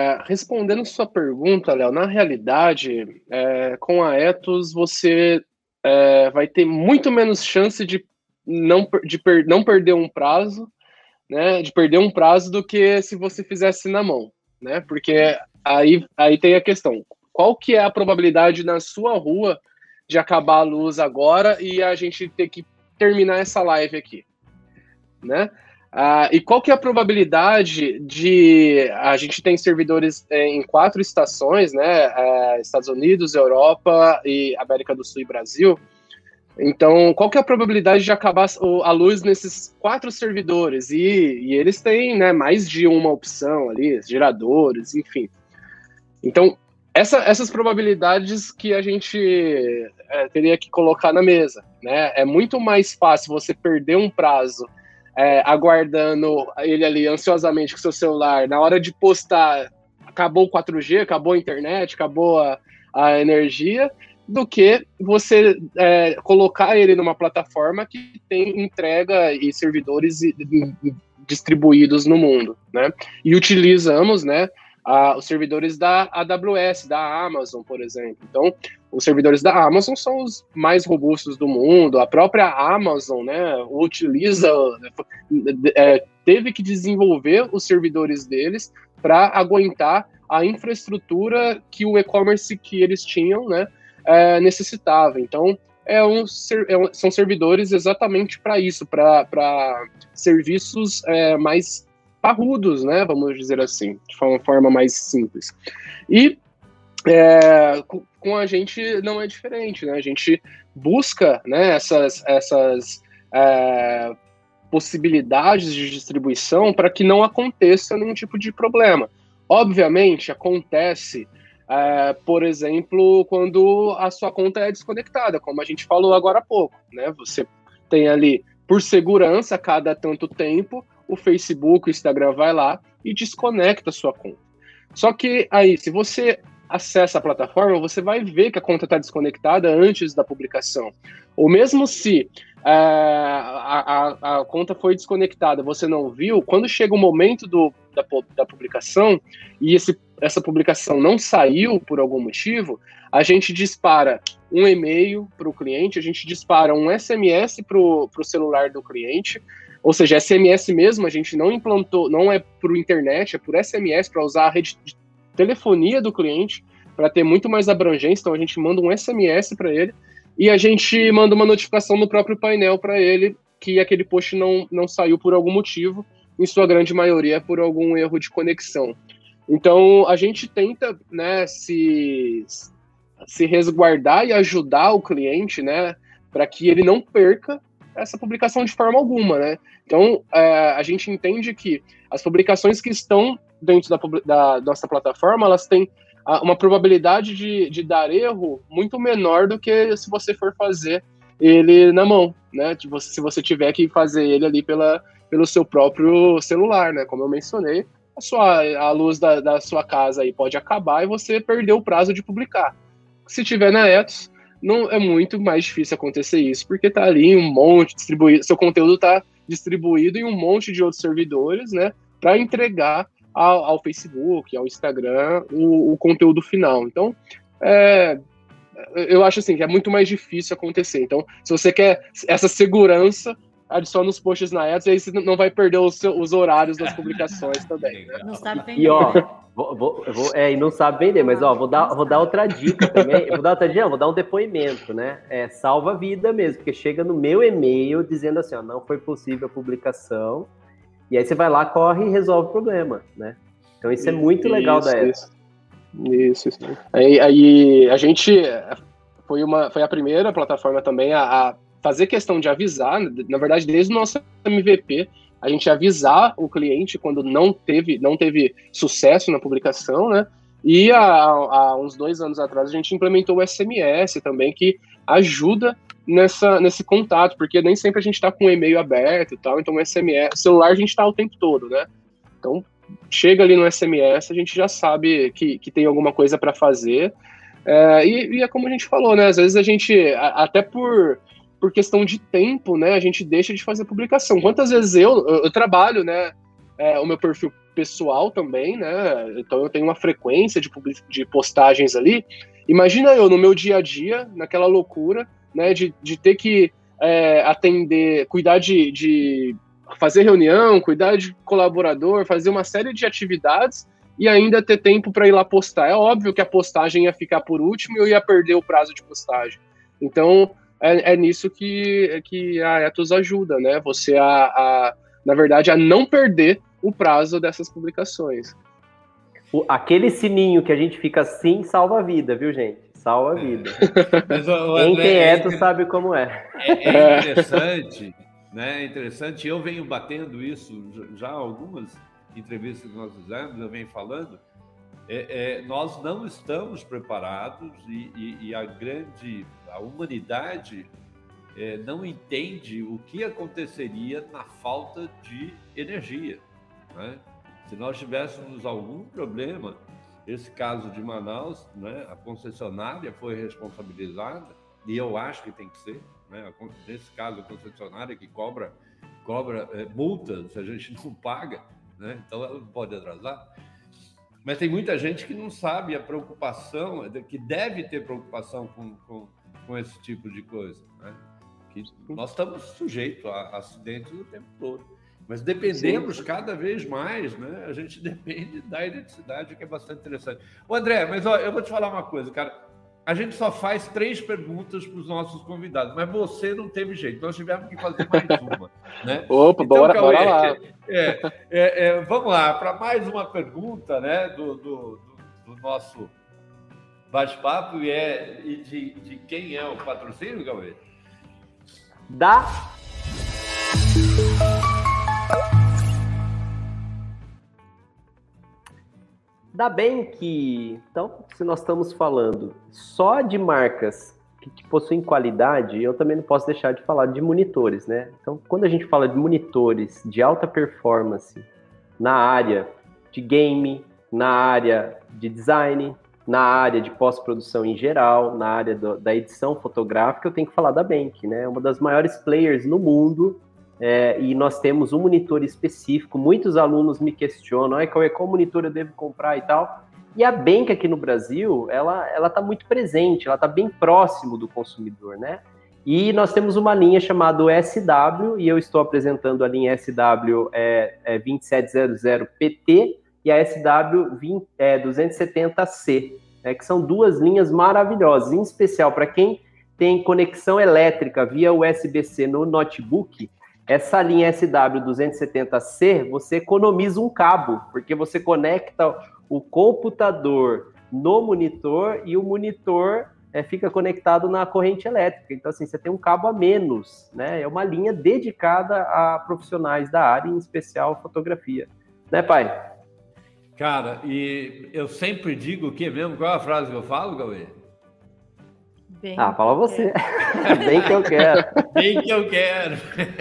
Respondendo sua pergunta, Léo, na realidade, com a Ethos você vai ter muito menos chance de não perder um prazo, né? De perder um prazo do que se você fizesse na mão, né? Porque aí tem a questão. Qual que é a probabilidade na sua rua de acabar a luz agora e a gente ter que terminar essa live aqui, né? E qual que é a probabilidade de... A gente tem servidores em 4 estações, né? Estados Unidos, Europa, e América do Sul e Brasil. Então, qual que é a probabilidade de acabar a luz nesses 4 servidores? E eles têm, né, mais de uma opção ali, geradores, enfim. Então, essas probabilidades que a gente teria que colocar na mesa, né? É muito mais fácil você perder um prazo aguardando ele ali ansiosamente com seu celular, na hora de postar, acabou o 4G, acabou a internet, acabou a energia, do que você colocar ele numa plataforma que tem entrega e servidores distribuídos no mundo, né? E utilizamos, né, os servidores da AWS, da Amazon, por exemplo. Então, os servidores da Amazon são os mais robustos do mundo. A própria Amazon, né, utiliza, teve que desenvolver os servidores deles para aguentar a infraestrutura que o e-commerce que eles tinham, né, necessitava. Então, são servidores exatamente para isso, para serviços mais parrudos, né, vamos dizer assim, de uma forma mais simples. E com a gente não é diferente, né? A gente busca, né, essas possibilidades de distribuição para que não aconteça nenhum tipo de problema. Obviamente, acontece, por exemplo, quando a sua conta é desconectada, como a gente falou agora há pouco, né? Você tem ali, por segurança, a cada tanto tempo, o Facebook, o Instagram vai lá e desconecta a sua conta. Só que aí, se você acessa a plataforma, você vai ver que a conta está desconectada antes da publicação. Ou mesmo se a conta foi desconectada, você não viu, quando chega o momento da publicação e essa publicação não saiu por algum motivo, a gente dispara um e-mail para o cliente, a gente dispara um SMS para o celular do cliente, ou seja, SMS mesmo, a gente não implantou, não é por internet, é por SMS, para usar a rede de telefonia do cliente, para ter muito mais abrangência. Então a gente manda um SMS para ele e a gente manda uma notificação no próprio painel para ele que aquele post não saiu por algum motivo, em sua grande maioria por algum erro de conexão. Então a gente tenta, né, se resguardar e ajudar o cliente, né, para que ele não perca essa publicação de forma alguma, né? Então, a gente entende que as publicações que estão dentro da nossa plataforma, elas têm uma probabilidade de dar erro muito menor do que se você for fazer ele na mão, né? Se você tiver que fazer ele ali pelo seu próprio celular, né? Como eu mencionei, a luz da sua casa aí pode acabar e você perdeu o prazo de publicar. Se tiver na Ethos, não é muito mais difícil acontecer isso, porque tá ali um monte distribuído, seu conteúdo tá distribuído em um monte de outros servidores, né, para entregar ao Facebook, ao Instagram, o conteúdo final. Então, eu acho assim que é muito mais difícil acontecer. Então, se você quer essa segurança, adiciona os posts na Ethos e aí você não vai perder os horários das publicações também, né? Não sabe vender, E ó, né? e não sabe vender, mas ó, vou dar outra dica também. Vou dar um depoimento, né? Salva a vida mesmo, porque chega no meu e-mail dizendo assim, ó, não foi possível a publicação. E aí você vai lá, corre e resolve o problema, né? Então isso é muito legal da Ethos. Isso. Aí a gente foi a primeira plataforma também a fazer questão de avisar, na verdade, desde o nosso MVP, a gente avisar o cliente quando não teve sucesso na publicação, né? E há uns 2 anos atrás a gente implementou o SMS também, que ajuda nesse contato, porque nem sempre a gente está com o e-mail aberto e tal, então o SMS, celular a gente está o tempo todo, né? Então, chega ali no SMS, a gente já sabe que tem alguma coisa para fazer. E é como a gente falou, né? Às vezes a gente, até por questão de tempo, né, a gente deixa de fazer publicação. Quantas vezes eu trabalho, né, o meu perfil pessoal também, né, então eu tenho uma frequência de postagens ali. Imagina eu, no meu dia a dia, naquela loucura, né, de ter que atender, cuidar de fazer reunião, cuidar de colaborador, fazer uma série de atividades e ainda ter tempo para ir lá postar. É óbvio que a postagem ia ficar por último e eu ia perder o prazo de postagem. Então, é nisso que a Ethos ajuda, né? Você, na verdade, a não perder o prazo dessas publicações. Aquele sininho que a gente fica assim salva a vida, viu, gente? Salva a vida. Mas, André, quem é Ethos sabe como é. É interessante, né? É interessante. Eu venho batendo isso já algumas entrevistas que nós fizemos, eu venho falando. Nós não estamos preparados e a humanidade não entende o que aconteceria na falta de energia, né? Se nós tivéssemos algum problema, esse caso de Manaus, né, a concessionária foi responsabilizada, e eu acho que tem que ser, né? Nesse caso, a concessionária que cobra multa se a gente não paga, né? Então ela não pode atrasar. Mas tem muita gente que não sabe a preocupação, que deve ter preocupação com esse tipo de coisa, né? Que nós estamos sujeitos a acidentes o tempo todo. Mas dependemos cada vez mais, né? A gente depende da eletricidade, que é bastante interessante. Ô, André, mas ó, eu vou te falar uma coisa, cara. A gente só faz 3 perguntas para os nossos convidados, mas você não teve jeito. Nós tivemos que fazer mais uma, né? Opa, então, bora lá. Vamos lá, para mais uma pergunta, né, do nosso bate-papo, e de quem é o patrocínio, Cauê? Da Bank. Então, se nós estamos falando só de marcas que possuem qualidade, eu também não posso deixar de falar de monitores, né? Então, quando a gente fala de monitores de alta performance na área de game, na área de design, na área de pós-produção em geral, na área da edição fotográfica, eu tenho que falar da Bank, né? Uma das maiores players no mundo. E nós temos um monitor específico. Muitos alunos me questionam, qual monitor eu devo comprar e tal. E a Bank aqui no Brasil, ela está muito presente, ela está bem próximo do consumidor, né? E nós temos uma linha chamada SW, e eu estou apresentando a linha SW 2700PT e a SW 270C, que são 2 linhas maravilhosas, em especial para quem tem conexão elétrica via USB-C no notebook. Essa linha SW270C, você economiza um cabo, porque você conecta o computador no monitor e o monitor fica conectado na corrente elétrica. Então, assim, você tem um cabo a menos, né? É uma linha dedicada a profissionais da área, em especial fotografia. Né, pai? Cara, e eu sempre digo o que mesmo? Qual é a frase que eu falo, Cauê? Fala você. Bem que eu quero. Bem que eu quero.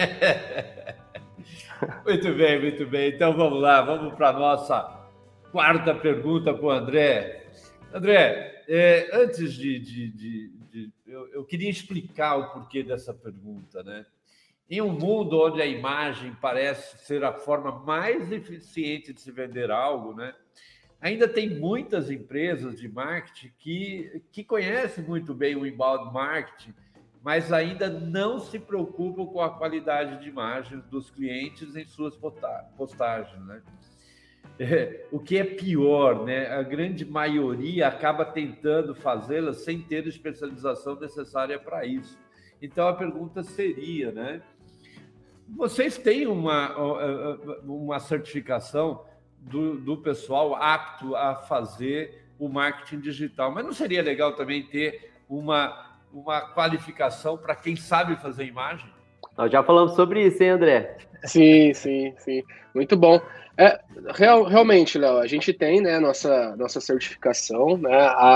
Muito bem, muito bem. Então vamos lá, vamos para a nossa 4ª pergunta para o André. André, antes eu queria explicar o porquê dessa pergunta, né? Em um mundo onde a imagem parece ser a forma mais eficiente de se vender algo, né? Ainda tem muitas empresas de marketing que conhecem muito bem o inbound marketing, mas ainda não se preocupam com a qualidade de imagens dos clientes em suas postagens, né? O que é pior, né? A grande maioria acaba tentando fazê-las sem ter a especialização necessária para isso. Então, a pergunta seria, né? Vocês têm uma certificação do pessoal apto a fazer o marketing digital, mas não seria legal também ter uma qualificação para quem sabe fazer imagem? Nós já falamos sobre isso, hein, André? Sim. Muito bom. Realmente, Léo, a gente tem, né, nossa certificação, né,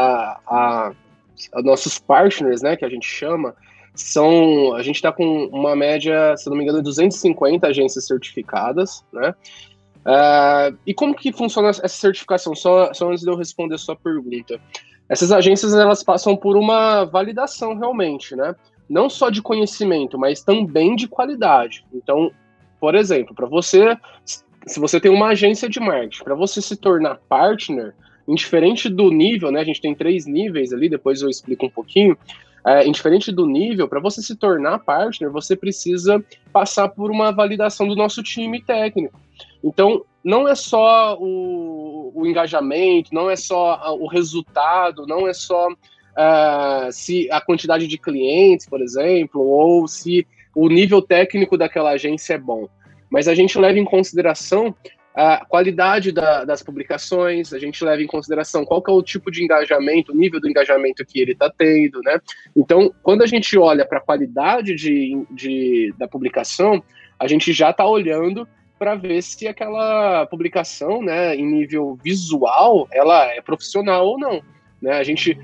nossos partners, né, que a gente chama, a gente está com uma média, se não me engano, de 250 agências certificadas, né? E como que funciona essa certificação? Só antes de eu responder a sua pergunta. Essas agências, elas passam por uma validação realmente, né? Não só de conhecimento, mas também de qualidade. Então, por exemplo, se você tem uma agência de marketing, para você se tornar partner, indiferente do nível, né? A gente tem 3 níveis ali, depois eu explico um pouquinho. indiferente do nível, para você se tornar partner, você precisa passar por uma validação do nosso time técnico. Então, não é só o engajamento, não é só o resultado, não é só se a quantidade de clientes, por exemplo, ou se o nível técnico daquela agência é bom. Mas a gente leva em consideração a qualidade das publicações, a gente leva em consideração qual que é o tipo de engajamento, o nível do engajamento que ele está tendo, né? Então, quando a gente olha para a qualidade da publicação, a gente já está olhando para ver se aquela publicação, né, em nível visual, ela é profissional ou não. Né?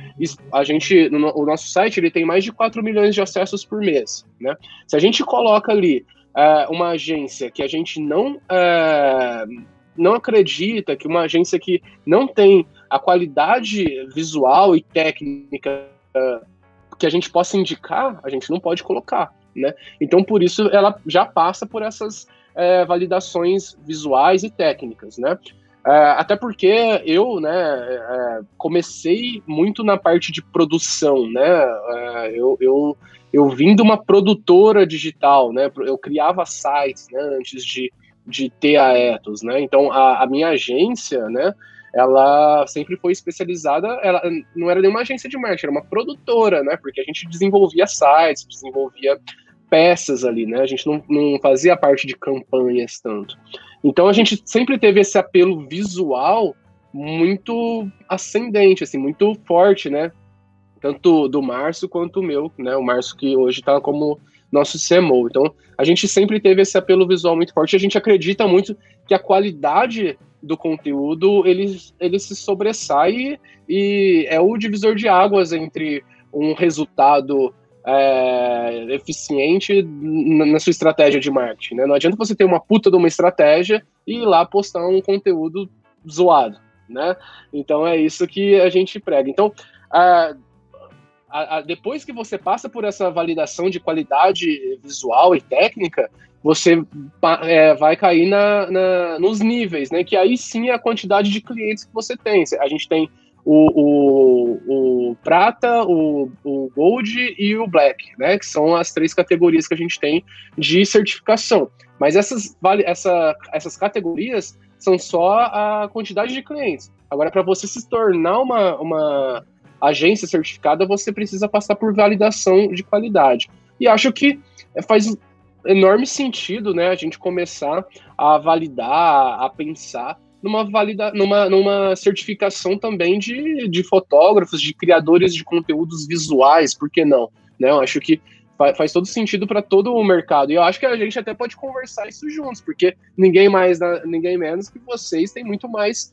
O nosso site ele tem mais de 4 milhões de acessos por mês. Né? Se a gente coloca ali uma agência que a gente não acredita, que uma agência que não tem a qualidade visual e técnica que a gente possa indicar, a gente não pode colocar. Né? Então, por isso, ela já passa por essas validações visuais e técnicas. Né? Até porque eu, né, comecei muito na parte de produção, né? Eu vim de uma produtora digital, né? Eu criava sites, né, antes de ter a Ethos, né? Então a minha agência, né, ela sempre foi especializada, ela não era nenhuma agência de marketing, era uma produtora, né? Porque a gente desenvolvia sites, desenvolvia peças ali, né? A gente não fazia parte de campanhas tanto. Então a gente sempre teve esse apelo visual muito ascendente, assim, muito forte, né? Tanto do Márcio quanto o meu, né? O Márcio que hoje está como nosso CMO. Então a gente sempre teve esse apelo visual muito forte. A gente acredita muito que a qualidade do conteúdo ele se sobressai e é o divisor de águas entre um resultado eficiente na sua estratégia de marketing, né? Não adianta você ter uma puta de uma estratégia e ir lá postar um conteúdo zoado, né? Então é isso que a gente prega. Então, depois que você passa por essa validação de qualidade visual e técnica, você vai cair nos níveis, né? Que aí sim é a quantidade de clientes que você tem. A gente tem o prata, o gold e o black, né? Que são as 3 categorias que a gente tem de certificação. Mas essas categorias são só a quantidade de clientes. Agora, para você se tornar uma agência certificada, você precisa passar por validação de qualidade. E acho que faz enorme sentido, né, a gente começar a validar, a pensar numa certificação também de fotógrafos, de criadores de conteúdos visuais, por que não? Né? Eu acho que faz todo sentido para todo o mercado. E eu acho que a gente até pode conversar isso juntos, porque ninguém menos que vocês tem muito mais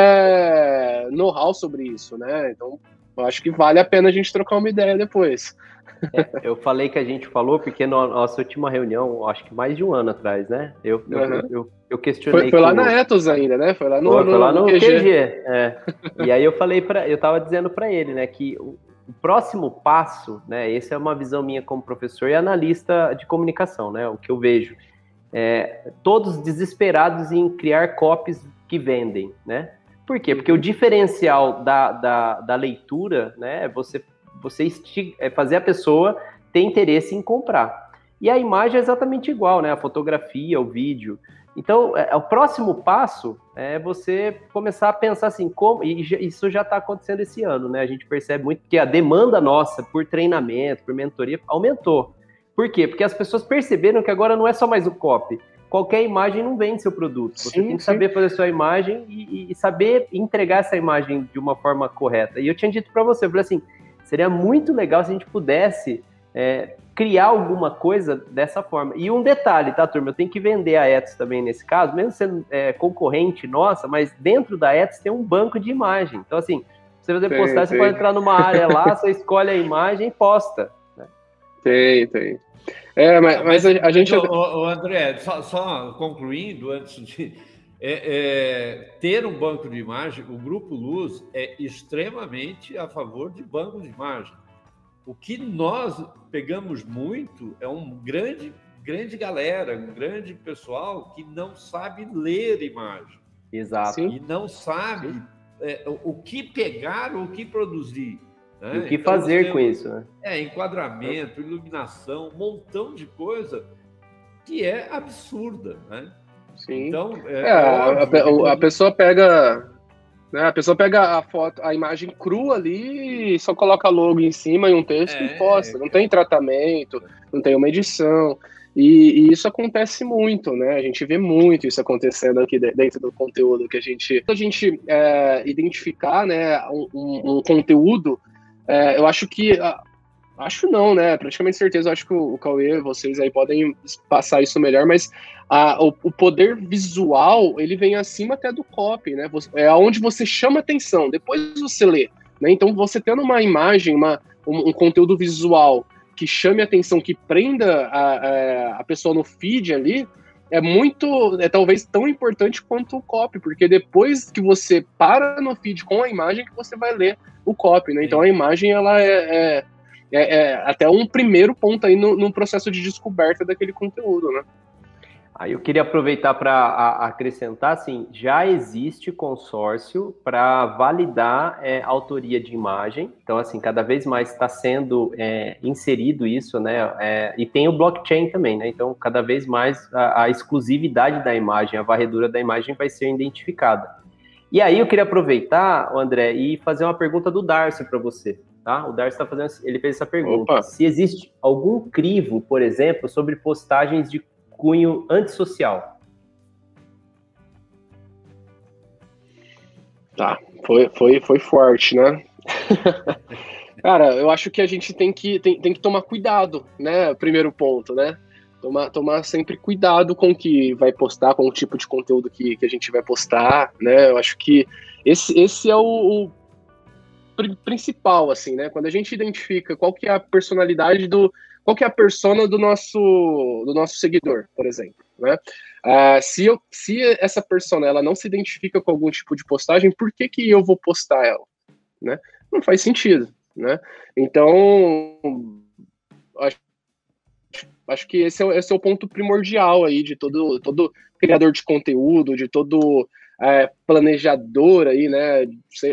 know-how sobre isso, né? Então, eu acho que vale a pena a gente trocar uma ideia depois. Eu falei que a gente falou porque na nossa última reunião, acho que mais de um ano atrás, né? Eu questionei. Foi lá na Ethos ainda, né? Foi lá no QG. E aí eu tava dizendo para ele, né, que o próximo passo, né? Essa é uma visão minha como professor e analista de comunicação, né? O que eu vejo. Todos desesperados em criar copies que vendem, né? Por quê? Porque o diferencial da leitura, né, você fazer a pessoa ter interesse em comprar. E a imagem é exatamente igual, né? A fotografia, o vídeo. Então, o próximo passo é você começar a pensar assim, isso já está acontecendo esse ano, né? A gente percebe muito que a demanda nossa por treinamento, por mentoria, aumentou. Por quê? Porque as pessoas perceberam que agora não é só mais o copy. Qualquer imagem não vende seu produto. Você tem que saber fazer sua imagem e saber entregar essa imagem de uma forma correta. E eu tinha dito para você, eu falei assim, seria muito legal se a gente pudesse criar alguma coisa dessa forma. E um detalhe, tá, turma? Eu tenho que vender a Ethos também nesse caso, mesmo sendo concorrente nossa, mas dentro da Ethos tem um banco de imagem. Então, assim, se você postar, você pode entrar numa área lá, você escolhe a imagem e posta. Né? Tem. Mas a gente... André, só concluindo, antes de... ter um banco de imagem, o Grupo Luz é extremamente a favor de banco de imagem. O que nós pegamos muito é um grande galera, um grande pessoal que não sabe ler imagem. Exato. E não sabe o que pegar ou o que produzir. E o que fazer com isso, né? Enquadramento, iluminação, um montão de coisa que é absurda, né? Sim. Então, a pessoa pega, né, a foto, a imagem crua ali e só coloca logo em cima e um texto e posta. Não tem tratamento, não tem uma edição. E isso acontece muito, né? A gente vê muito isso acontecendo aqui dentro do conteúdo que a gente identificar, né, um conteúdo. Eu acho que acho não, né? Praticamente certeza. Eu acho que o Cauê, vocês aí podem passar isso melhor, mas o poder visual ele vem acima até do copy, né? É onde você chama atenção, depois você lê, né? Então você tendo uma imagem, um conteúdo visual que chame a atenção, que prenda a pessoa no feed ali, é talvez tão importante quanto o copy, porque depois que você para no feed com a imagem que você vai ler o copy, né? Então a imagem ela é até um primeiro ponto aí no processo de descoberta daquele conteúdo, né? Aí eu queria aproveitar para acrescentar, assim, já existe consórcio para validar a autoria de imagem. Então, assim, cada vez mais está sendo inserido isso, né? E tem o blockchain também, né? Então, cada vez mais a exclusividade da imagem, a varredura da imagem vai ser identificada. E aí eu queria aproveitar, André, e fazer uma pergunta do Darcy para você. Tá? O Darcy ele fez essa pergunta. Opa. Se existe algum crivo, por exemplo, sobre postagens de cunho antissocial? Tá, foi forte, né? Cara, eu acho que a gente tem que tomar cuidado, né? Primeiro ponto, né? Tomar sempre cuidado com o que vai postar, com o tipo de conteúdo que a gente vai postar, né? Eu acho que esse é o principal, assim, né? Quando a gente identifica qual que é a personalidade qual que é a persona do nosso seguidor, por exemplo, né? Se essa persona ela não se identifica com algum tipo de postagem, por que eu vou postar ela, né? Não faz sentido, né? Então, acho que esse é o ponto primordial aí de todo criador de conteúdo, de todo planejador aí, né,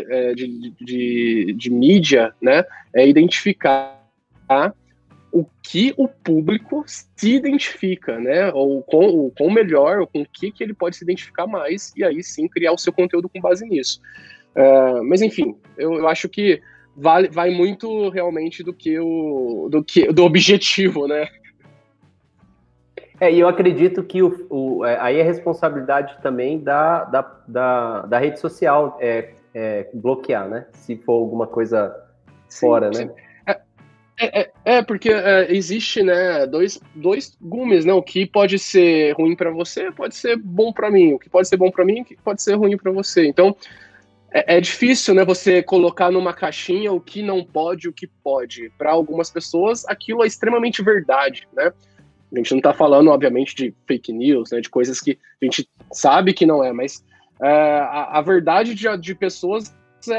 de mídia, né, identificar o que o público se identifica, né, ou com o melhor, ou com o que ele pode se identificar mais, e aí sim criar o seu conteúdo com base nisso. Mas enfim, eu acho que vai muito realmente do objetivo, né. E eu acredito que aí é responsabilidade também da rede social bloquear, né? Se for alguma coisa fora, sim. Né? Porque existe, né, dois gumes, né? O que pode ser ruim para você pode ser bom para mim. O que pode ser bom para mim pode ser ruim para você. Então, é difícil, né, você colocar numa caixinha o que não pode, o que pode. Para algumas pessoas, aquilo é extremamente verdade, né? A gente não está falando, obviamente, de fake news, né, de coisas que a gente sabe que não é, mas a verdade de pessoas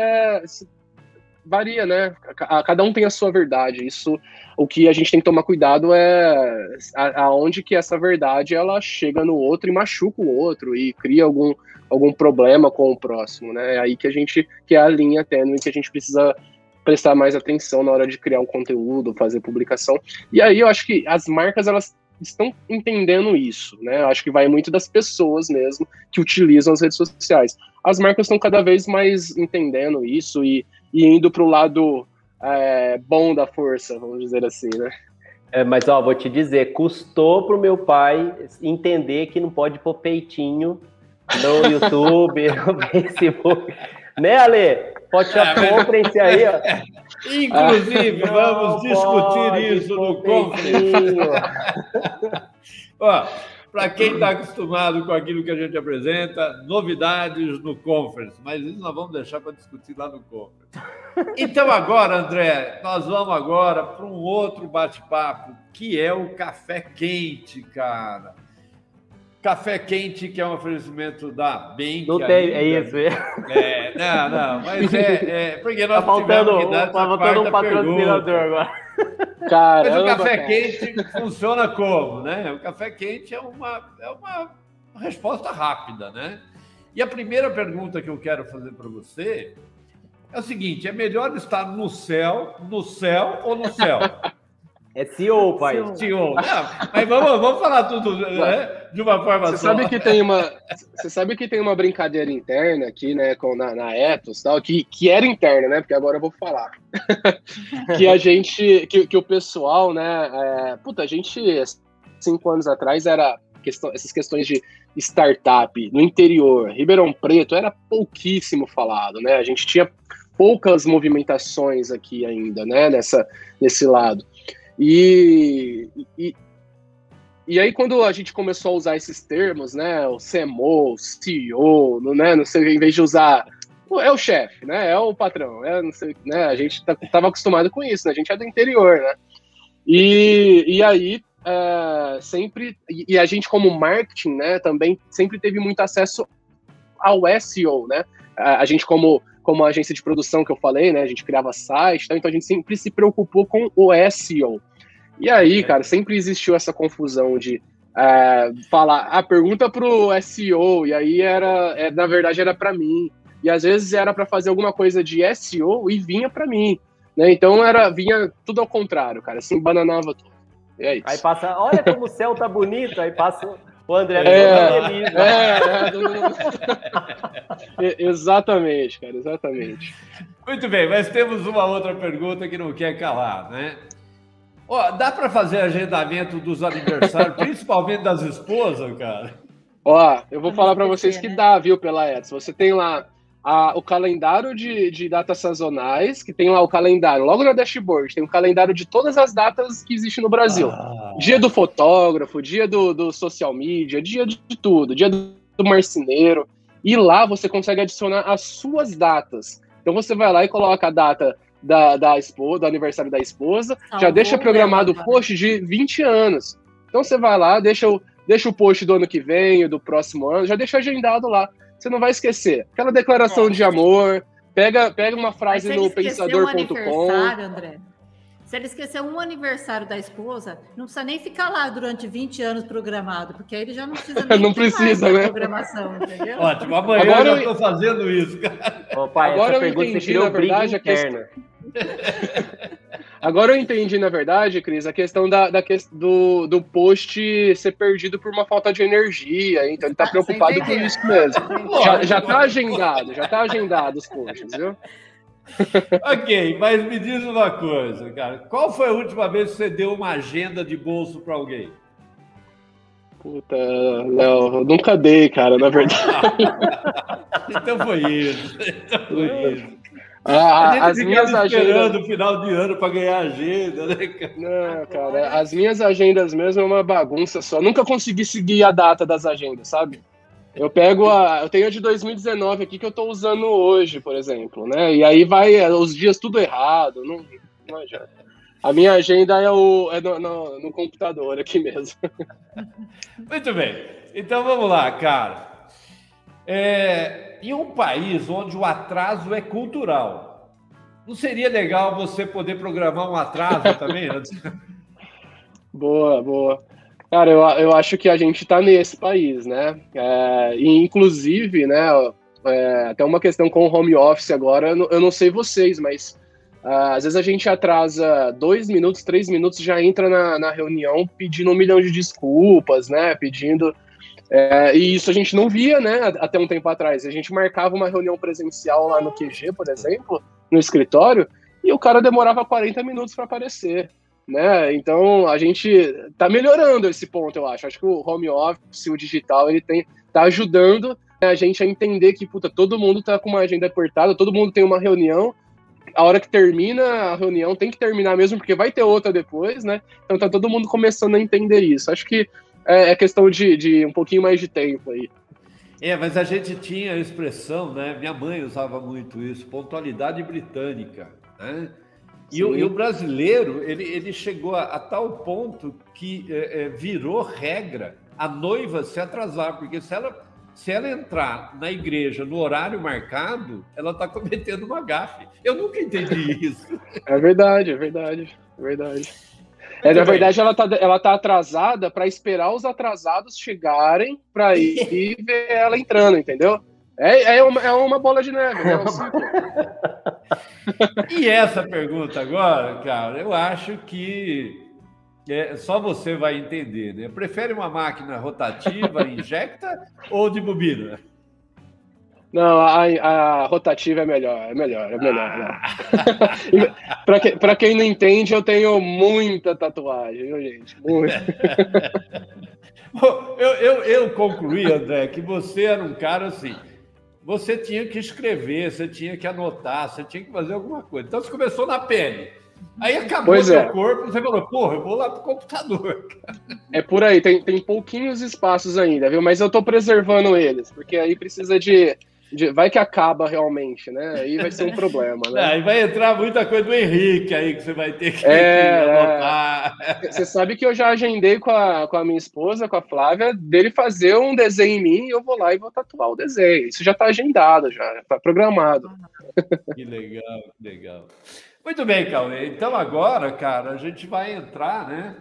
varia, né? Cada um tem a sua verdade. Isso, o que a gente tem que tomar cuidado é aonde que essa verdade ela chega no outro e machuca o outro e cria algum problema com o próximo, né? É aí que é a linha tênue que a gente precisa prestar mais atenção na hora de criar um conteúdo, fazer publicação. E aí eu acho que as marcas, elas estão entendendo isso, né? Eu acho que vai muito das pessoas mesmo que utilizam as redes sociais. As marcas estão cada vez mais entendendo isso e indo para o lado bom da força, vamos dizer assim, né? Mas, vou te dizer, custou pro meu pai entender que não pode pôr peitinho no YouTube, no Facebook. Né, Ale? Pode comprem-se aí, ó. Inclusive, vamos discutir isso no Conference. Ó, para quem está acostumado com aquilo que a gente apresenta, novidades no Conference, mas isso nós vamos deixar para discutir lá no Conference. Então agora, André, nós vamos agora para um outro bate-papo, que é o Café Quente, cara. Café Quente, que é um oferecimento da Bank. Não tem, é isso. Não, mas porque nós faltando um patrocinador pergunta. agora. Caramba, mas o Café Quente funciona como, né? O Café Quente é uma resposta rápida, né? E a primeira pergunta que eu quero fazer para você É o seguinte, é melhor estar no céu ou no céu? É CEO, pai. CEO. Não, mas vamos falar tudo, né, de uma forma Você só. sabe que tem uma brincadeira interna aqui, né, na Ethos, tal, que era interna, né, porque agora eu vou falar. que o pessoal, né, a gente, 5 anos atrás, essas questões de startup no interior, Ribeirão Preto, era pouquíssimo falado, né, a gente tinha poucas movimentações aqui ainda, né, nesse lado. E aí, quando a gente começou a usar esses termos, né, o CMO, o CEO, né, não sei, em vez de usar, é o chefe, né, é o patrão, não sei, né, a gente estava acostumado com isso, né, a gente é do interior, né, e aí sempre, e a gente como marketing, né, também sempre teve muito acesso ao SEO, né, a gente como agência de produção que eu falei, né, a gente criava site, então a gente sempre se preocupou com o SEO. E aí, cara, sempre existiu essa confusão de falar, pergunta pro SEO, e aí na verdade era para mim, e às vezes era para fazer alguma coisa de SEO e vinha para mim, né, então vinha tudo ao contrário, cara, assim, bananava tudo, e é isso. Aí passa, olha como o céu tá bonito, aí passa o André feliz, exatamente, cara, exatamente. Muito bem, mas temos uma outra pergunta que não quer calar, né? Dá para fazer agendamento dos aniversários, principalmente das esposas, cara? Eu vou falar para vocês que dá, viu, pela Ethos. Você tem lá o calendário de datas sazonais, que tem lá o calendário, logo na dashboard, tem um calendário de todas as datas que existem no Brasil. Dia do fotógrafo, dia do social media, dia de tudo, dia do marceneiro. E lá você consegue adicionar as suas datas. Então você vai lá e coloca a data do aniversário da esposa, já deixa programado o post de 20 anos. Então você vai lá, deixa o post do ano que vem, do próximo ano, já deixa agendado lá. Você não vai esquecer. Aquela declaração de amor, pega uma frase no pensador.com. André, se ele esquecer um aniversário da esposa, não precisa nem ficar lá durante 20 anos programado, porque aí ele já não precisa nem não precisa, né? Programação, entendeu? Ótimo, amanhã eu já estou fazendo isso, cara. Pai, agora eu entendi, na verdade, Agora eu entendi, na verdade, Cris, a questão do post ser perdido por uma falta de energia, então ele tá preocupado com isso mesmo. Já tá agendado os posts, viu? Ok, mas me diz uma coisa, cara. Qual foi a última vez que você deu uma agenda de bolso para alguém? Puta, não, eu nunca dei, cara, na verdade. Então foi isso. As minhas agendas no final de ano para ganhar agenda, né, cara? Não, cara, as minhas agendas mesmo é uma bagunça só. Nunca consegui seguir a data das agendas, sabe? Eu tenho a de 2019 aqui que eu tô usando hoje, por exemplo, né? E aí vai os dias tudo errado, não adianta. A minha agenda é no computador aqui mesmo. Muito bem. Então vamos lá, cara. Em um país onde o atraso é cultural, não seria legal você poder programar um atraso também? Boa. Cara, eu acho que a gente está nesse país, né? E inclusive, né? Até uma questão com o home office agora, eu não sei vocês, mas às vezes a gente atrasa 2 minutos, 3 minutos, já entra na reunião pedindo 1 milhão de desculpas, né? E isso a gente não via, né, até um tempo atrás. A gente marcava uma reunião presencial lá no QG, por exemplo, no escritório, e o cara demorava 40 minutos para aparecer, né? Então, a gente está melhorando esse ponto, eu acho. Acho que o home office, o digital, ele tá ajudando a gente a entender que, todo mundo está com uma agenda apertada, todo mundo tem uma reunião, a hora que termina a reunião tem que terminar mesmo, porque vai ter outra depois, né? Então tá todo mundo começando a entender isso. Acho que é questão de um pouquinho mais de tempo aí. Mas a gente tinha a expressão, né? Minha mãe usava muito isso, pontualidade britânica, né? E o brasileiro, ele chegou a tal ponto que virou regra a noiva se atrasar, porque se ela entrar na igreja no horário marcado, ela está cometendo uma gafe. Eu nunca entendi isso. É verdade. Na verdade, ela tá atrasada para esperar os atrasados chegarem para ir ver ela entrando, entendeu? É uma bola de neve, né? E essa pergunta agora, cara, eu acho que só você vai entender, né? Prefere uma máquina rotativa, injecta ou de bobina? Não, a rotativa é melhor. Para quem não entende, eu tenho muita tatuagem, viu, gente? Muita. Eu concluí, André, que você era um cara assim, você tinha que escrever, você tinha que anotar, você tinha que fazer alguma coisa. Então você começou na pele. Aí acabou o seu corpo, você falou, porra, eu vou lá pro computador. Cara. É por aí, tem pouquinhos espaços ainda, viu? Mas eu tô preservando eles, porque aí precisa de vai que acaba realmente, né? Aí vai ser um problema, né? Aí vai entrar muita coisa do Henrique aí que você vai ter que anotar. Você sabe que eu já agendei com a minha esposa, com a Flávia, dele fazer um desenho em mim e eu vou lá e vou tatuar o desenho. Isso já tá agendado, já tá programado. Que legal, que legal. Muito bem, Cauê. Então agora, cara, a gente vai entrar, né?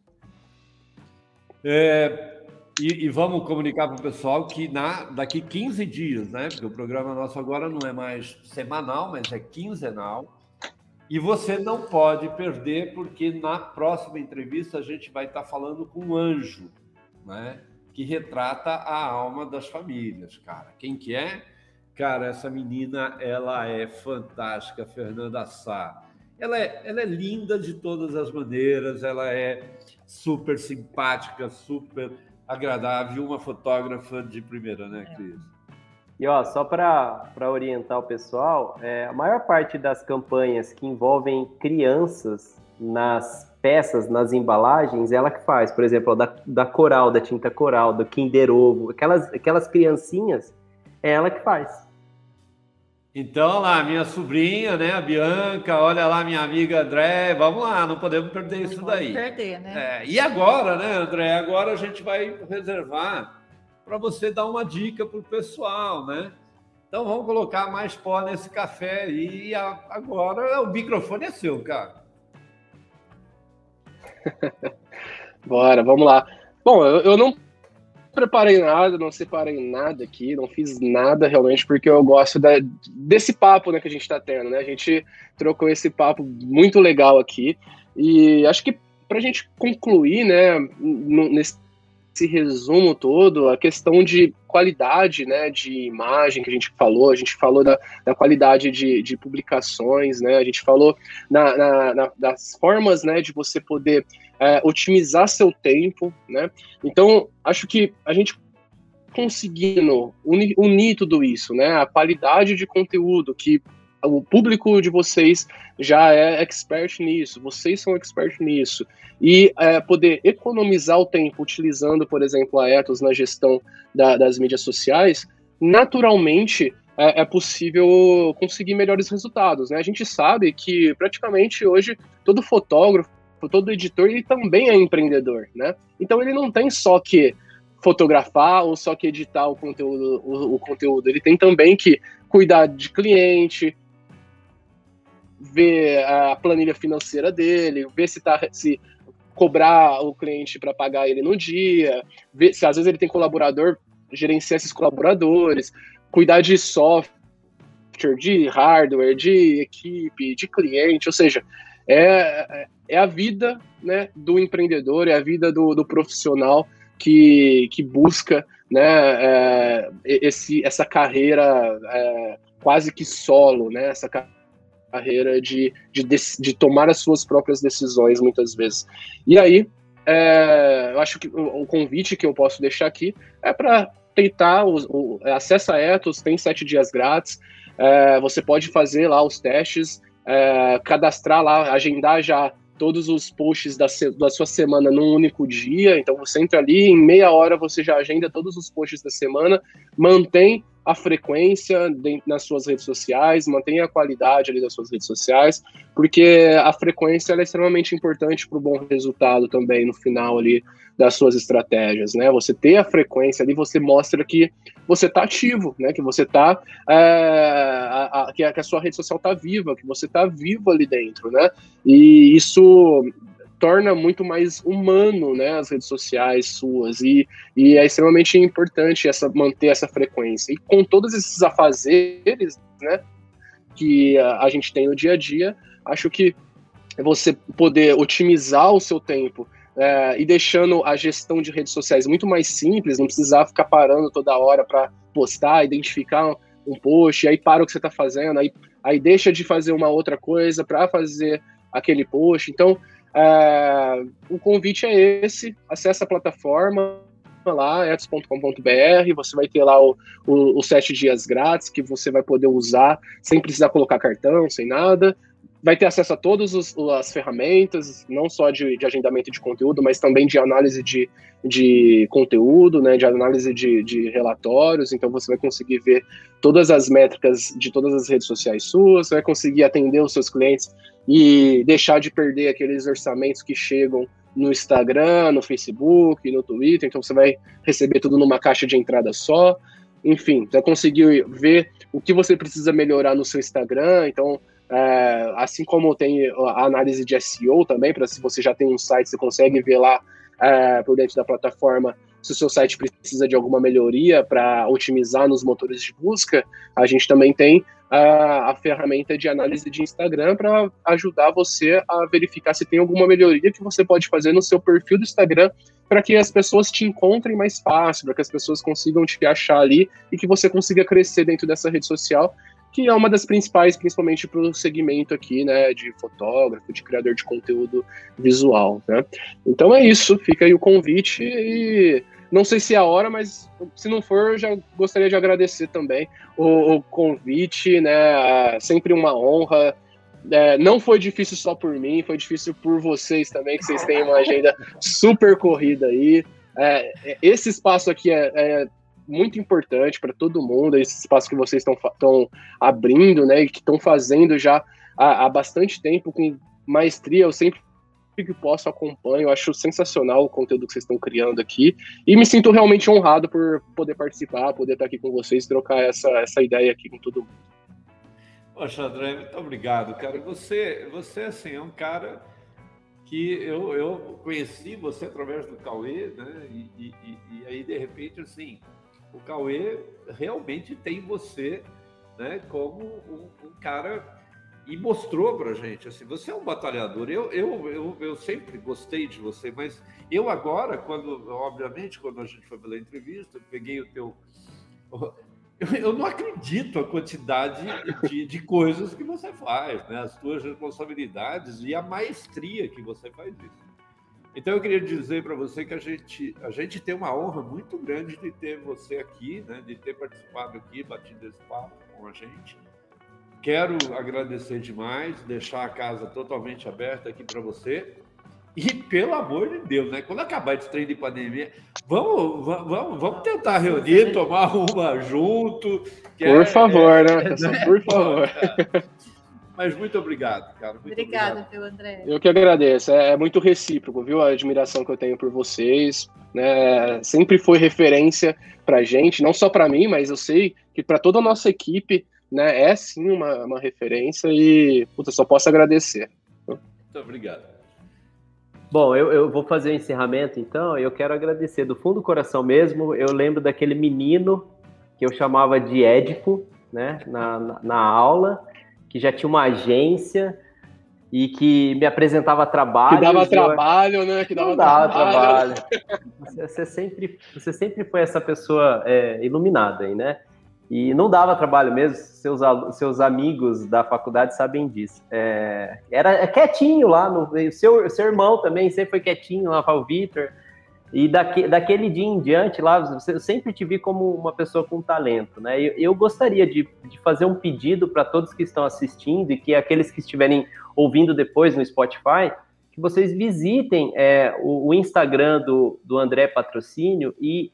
E vamos comunicar para o pessoal que daqui 15 dias, né? Porque o programa nosso agora não é mais semanal, mas é quinzenal. E você não pode perder, porque na próxima entrevista a gente vai estar falando com um anjo, né? Que retrata a alma das famílias, cara. Quem que é? Cara, essa menina, ela é fantástica, Fernanda Sá. Ela é linda de todas as maneiras, ela é super simpática, super agradável, uma fotógrafa de primeira, né, Cris? E ó, só para orientar o pessoal, a maior parte das campanhas que envolvem crianças nas peças, nas embalagens, ela que faz. Por exemplo, da Coral, da tinta Coral, do Kinder Ovo, aquelas criancinhas, é ela que faz. Então, lá, minha sobrinha, né, a Bianca, olha lá, minha amiga André, vamos lá, não podemos perder isso daí. Não pode perder, né? E agora, né, André, agora a gente vai reservar para você dar uma dica para o pessoal, né? Então, vamos colocar mais pó nesse café e agora o microfone é seu, cara. Bora, vamos lá. Bom, eu não preparei nada, não separei nada aqui, não fiz nada realmente, porque eu gosto desse papo, né, que a gente está tendo, né? A gente trocou esse papo muito legal aqui e acho que para a gente concluir, né, nesse resumo todo, a questão de qualidade, né, de imagem que a gente falou da qualidade de publicações, né, a gente falou das formas, né, de você poder otimizar seu tempo, né, então acho que a gente conseguindo unir tudo isso, né, a qualidade de conteúdo que o público de vocês já é expert nisso, vocês são expert nisso, e poder economizar o tempo utilizando, por exemplo, a Ethos na gestão das mídias sociais, naturalmente é possível conseguir melhores resultados, né? A gente sabe que praticamente hoje todo fotógrafo, todo editor, ele também é empreendedor, né? Então ele não tem só que fotografar ou só que editar o conteúdo, ele tem também que cuidar de cliente, ver a planilha financeira dele, ver se cobrar o cliente para pagar ele no dia, ver se às vezes ele tem colaborador, gerenciar esses colaboradores, cuidar de software, de hardware, de equipe, de cliente, ou seja, é a vida, né, do empreendedor, é a vida do profissional que busca, né, essa carreira quase que solo, né, essa carreira de tomar as suas próprias decisões, muitas vezes. E aí, eu acho que o convite que eu posso deixar aqui é para tentar, acessa a Ethos, tem 7 dias grátis, você pode fazer lá os testes, cadastrar lá, agendar já todos os posts da sua semana num único dia, então você entra ali, em meia hora você já agenda todos os posts da semana, mantém a frequência nas suas redes sociais, mantenha a qualidade ali das suas redes sociais, porque a frequência ela é extremamente importante para o bom resultado também no final ali das suas estratégias, né? Você ter a frequência ali, você mostra que você está ativo, né? Que você está, que a sua rede social está viva, que você está vivo ali dentro, né? E isso torna muito mais humano, né, as redes sociais suas, e é extremamente importante manter essa frequência. E com todos esses afazeres, né, que a gente tem no dia a dia. Acho que você poder otimizar o seu tempo e deixando a gestão de redes sociais muito mais simples, não precisar ficar parando toda hora para postar, identificar um post, aí para o que você está fazendo, aí deixa de fazer uma outra coisa para fazer aquele post. Então, o convite é esse: acessa a plataforma lá, etsy.com.br, você vai ter lá os 7 dias grátis que você vai poder usar sem precisar colocar cartão, sem nada. Vai ter acesso a todas as ferramentas, não só de agendamento de conteúdo, mas também de análise de conteúdo, né, de análise de relatórios. Então você vai conseguir ver todas as métricas de todas as redes sociais suas, você vai conseguir atender os seus clientes e deixar de perder aqueles orçamentos que chegam no Instagram, no Facebook, no Twitter. Então você vai receber tudo numa caixa de entrada só. Enfim, você vai conseguir ver o que você precisa melhorar no seu Instagram. Então, assim como tem a análise de SEO também, para se você já tem um site, você consegue ver lá por dentro da plataforma se o seu site precisa de alguma melhoria para otimizar nos motores de busca. A gente também tem a ferramenta de análise de Instagram para ajudar você a verificar se tem alguma melhoria que você pode fazer no seu perfil do Instagram para que as pessoas te encontrem mais fácil, para que as pessoas consigam te achar ali e que você consiga crescer dentro dessa rede social, que é uma das principais, principalmente para o segmento aqui, né, de fotógrafo, de criador de conteúdo visual, né? Então é isso, fica aí o convite e não sei se é a hora, mas se não for, eu já gostaria de agradecer também o convite, né, sempre uma honra. Não foi difícil só por mim, foi difícil por vocês também, que vocês têm uma agenda super corrida aí. Esse espaço aqui é muito importante para todo mundo, esse espaço que vocês estão abrindo, né, e que estão fazendo já há bastante tempo com maestria. Eu sempre que posso acompanho, eu acho sensacional o conteúdo que vocês estão criando aqui e me sinto realmente honrado por poder participar, poder estar aqui com vocês, trocar essa ideia aqui com todo mundo. Poxa, André, muito obrigado, cara. Você assim, é um cara que eu conheci você através do Cauê, né? E aí, de repente, assim, o Cauê realmente tem você, né, como um cara, e mostrou pra gente, assim, você é um batalhador. Eu sempre gostei de você, mas eu agora, obviamente, quando a gente foi pela entrevista, eu peguei o teu... Eu não acredito a quantidade de coisas que você faz, né? As tuas responsabilidades e a maestria que você faz isso. Então, eu queria dizer para você que a gente tem uma honra muito grande de ter você aqui, né? De ter participado aqui, batido esse papo com a gente. Quero agradecer demais, deixar a casa totalmente aberta aqui para você. E, pelo amor de Deus, né? Quando acabar esse trem de pandemia, vamos tentar reunir, tomar uma junto. Por favor, né? Por favor. Mas muito obrigado, cara. Obrigada, teu André. Eu que agradeço. É muito recíproco, viu? A admiração que eu tenho por vocês, né? Sempre foi referência pra gente, não só para mim, mas eu sei que para toda a nossa equipe, né? É sim uma referência e, puta, só posso agradecer. Muito obrigado. Bom, eu vou fazer o encerramento, então. Eu quero agradecer do fundo do coração mesmo. Eu lembro daquele menino que eu chamava de Édipo, né, na aula, que já tinha uma agência e que me apresentava trabalho. Que dava trabalho, né? Que dava trabalho. Você sempre foi essa pessoa iluminada aí, né? E não dava trabalho mesmo, seus amigos da faculdade sabem disso. Era quietinho lá, o seu irmão também sempre foi quietinho lá, o Vitor. E daquele dia em diante lá, eu sempre te vi como uma pessoa com talento, né? Eu gostaria de fazer um pedido para todos que estão assistindo e que aqueles que estiverem ouvindo depois no Spotify, que vocês visitem o Instagram do André Patrocínio e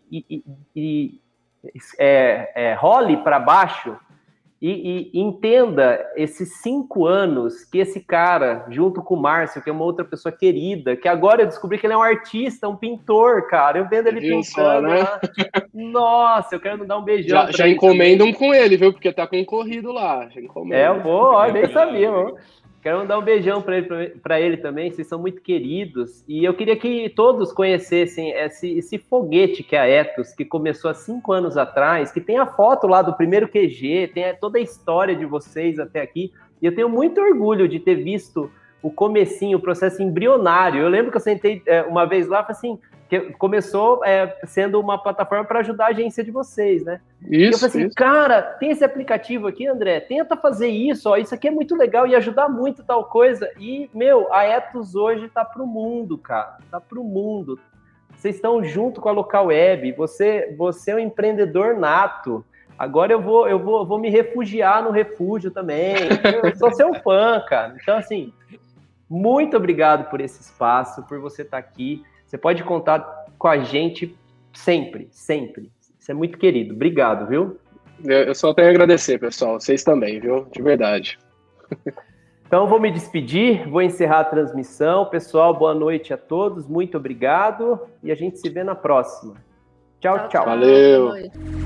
role para baixo e entenda esses 5 anos que esse cara, junto com o Márcio, que é uma outra pessoa querida, que agora eu descobri que ele é um artista, um pintor, cara. Eu vendo ele pintando, né? Nossa, eu quero dar um beijão. Já encomendam com ele, viu? Porque tá concorrido lá. Já eu vou, nem sabia, mano. Quero mandar um beijão para ele também, vocês são muito queridos. E eu queria que todos conhecessem esse foguete que é a Ethos, que começou há 5 anos atrás, que tem a foto lá do primeiro QG, tem toda a história de vocês até aqui. E eu tenho muito orgulho de ter visto o comecinho, o processo embrionário. Eu lembro que eu sentei uma vez lá e falei assim, que começou sendo uma plataforma para ajudar a agência de vocês, né? Isso, e eu falei assim, cara, tem esse aplicativo aqui, André, tenta fazer isso, ó, isso aqui é muito legal e ajudar muito tal coisa. E, a Ethos hoje tá pro mundo, cara, tá pro mundo. Vocês estão junto com a Local Web, você é um empreendedor nato. Agora eu vou me refugiar no refúgio também. Eu sou seu fã, cara. Então, assim, muito obrigado por esse espaço, por você estar aqui. Você pode contar com a gente sempre, sempre. Você é muito querido. Obrigado, viu? Eu só tenho a agradecer, pessoal. Vocês também, viu? De verdade. Então, eu vou me despedir, vou encerrar a transmissão. Pessoal, boa noite a todos. Muito obrigado. E a gente se vê na próxima. Tchau, tchau. Valeu. Boa noite.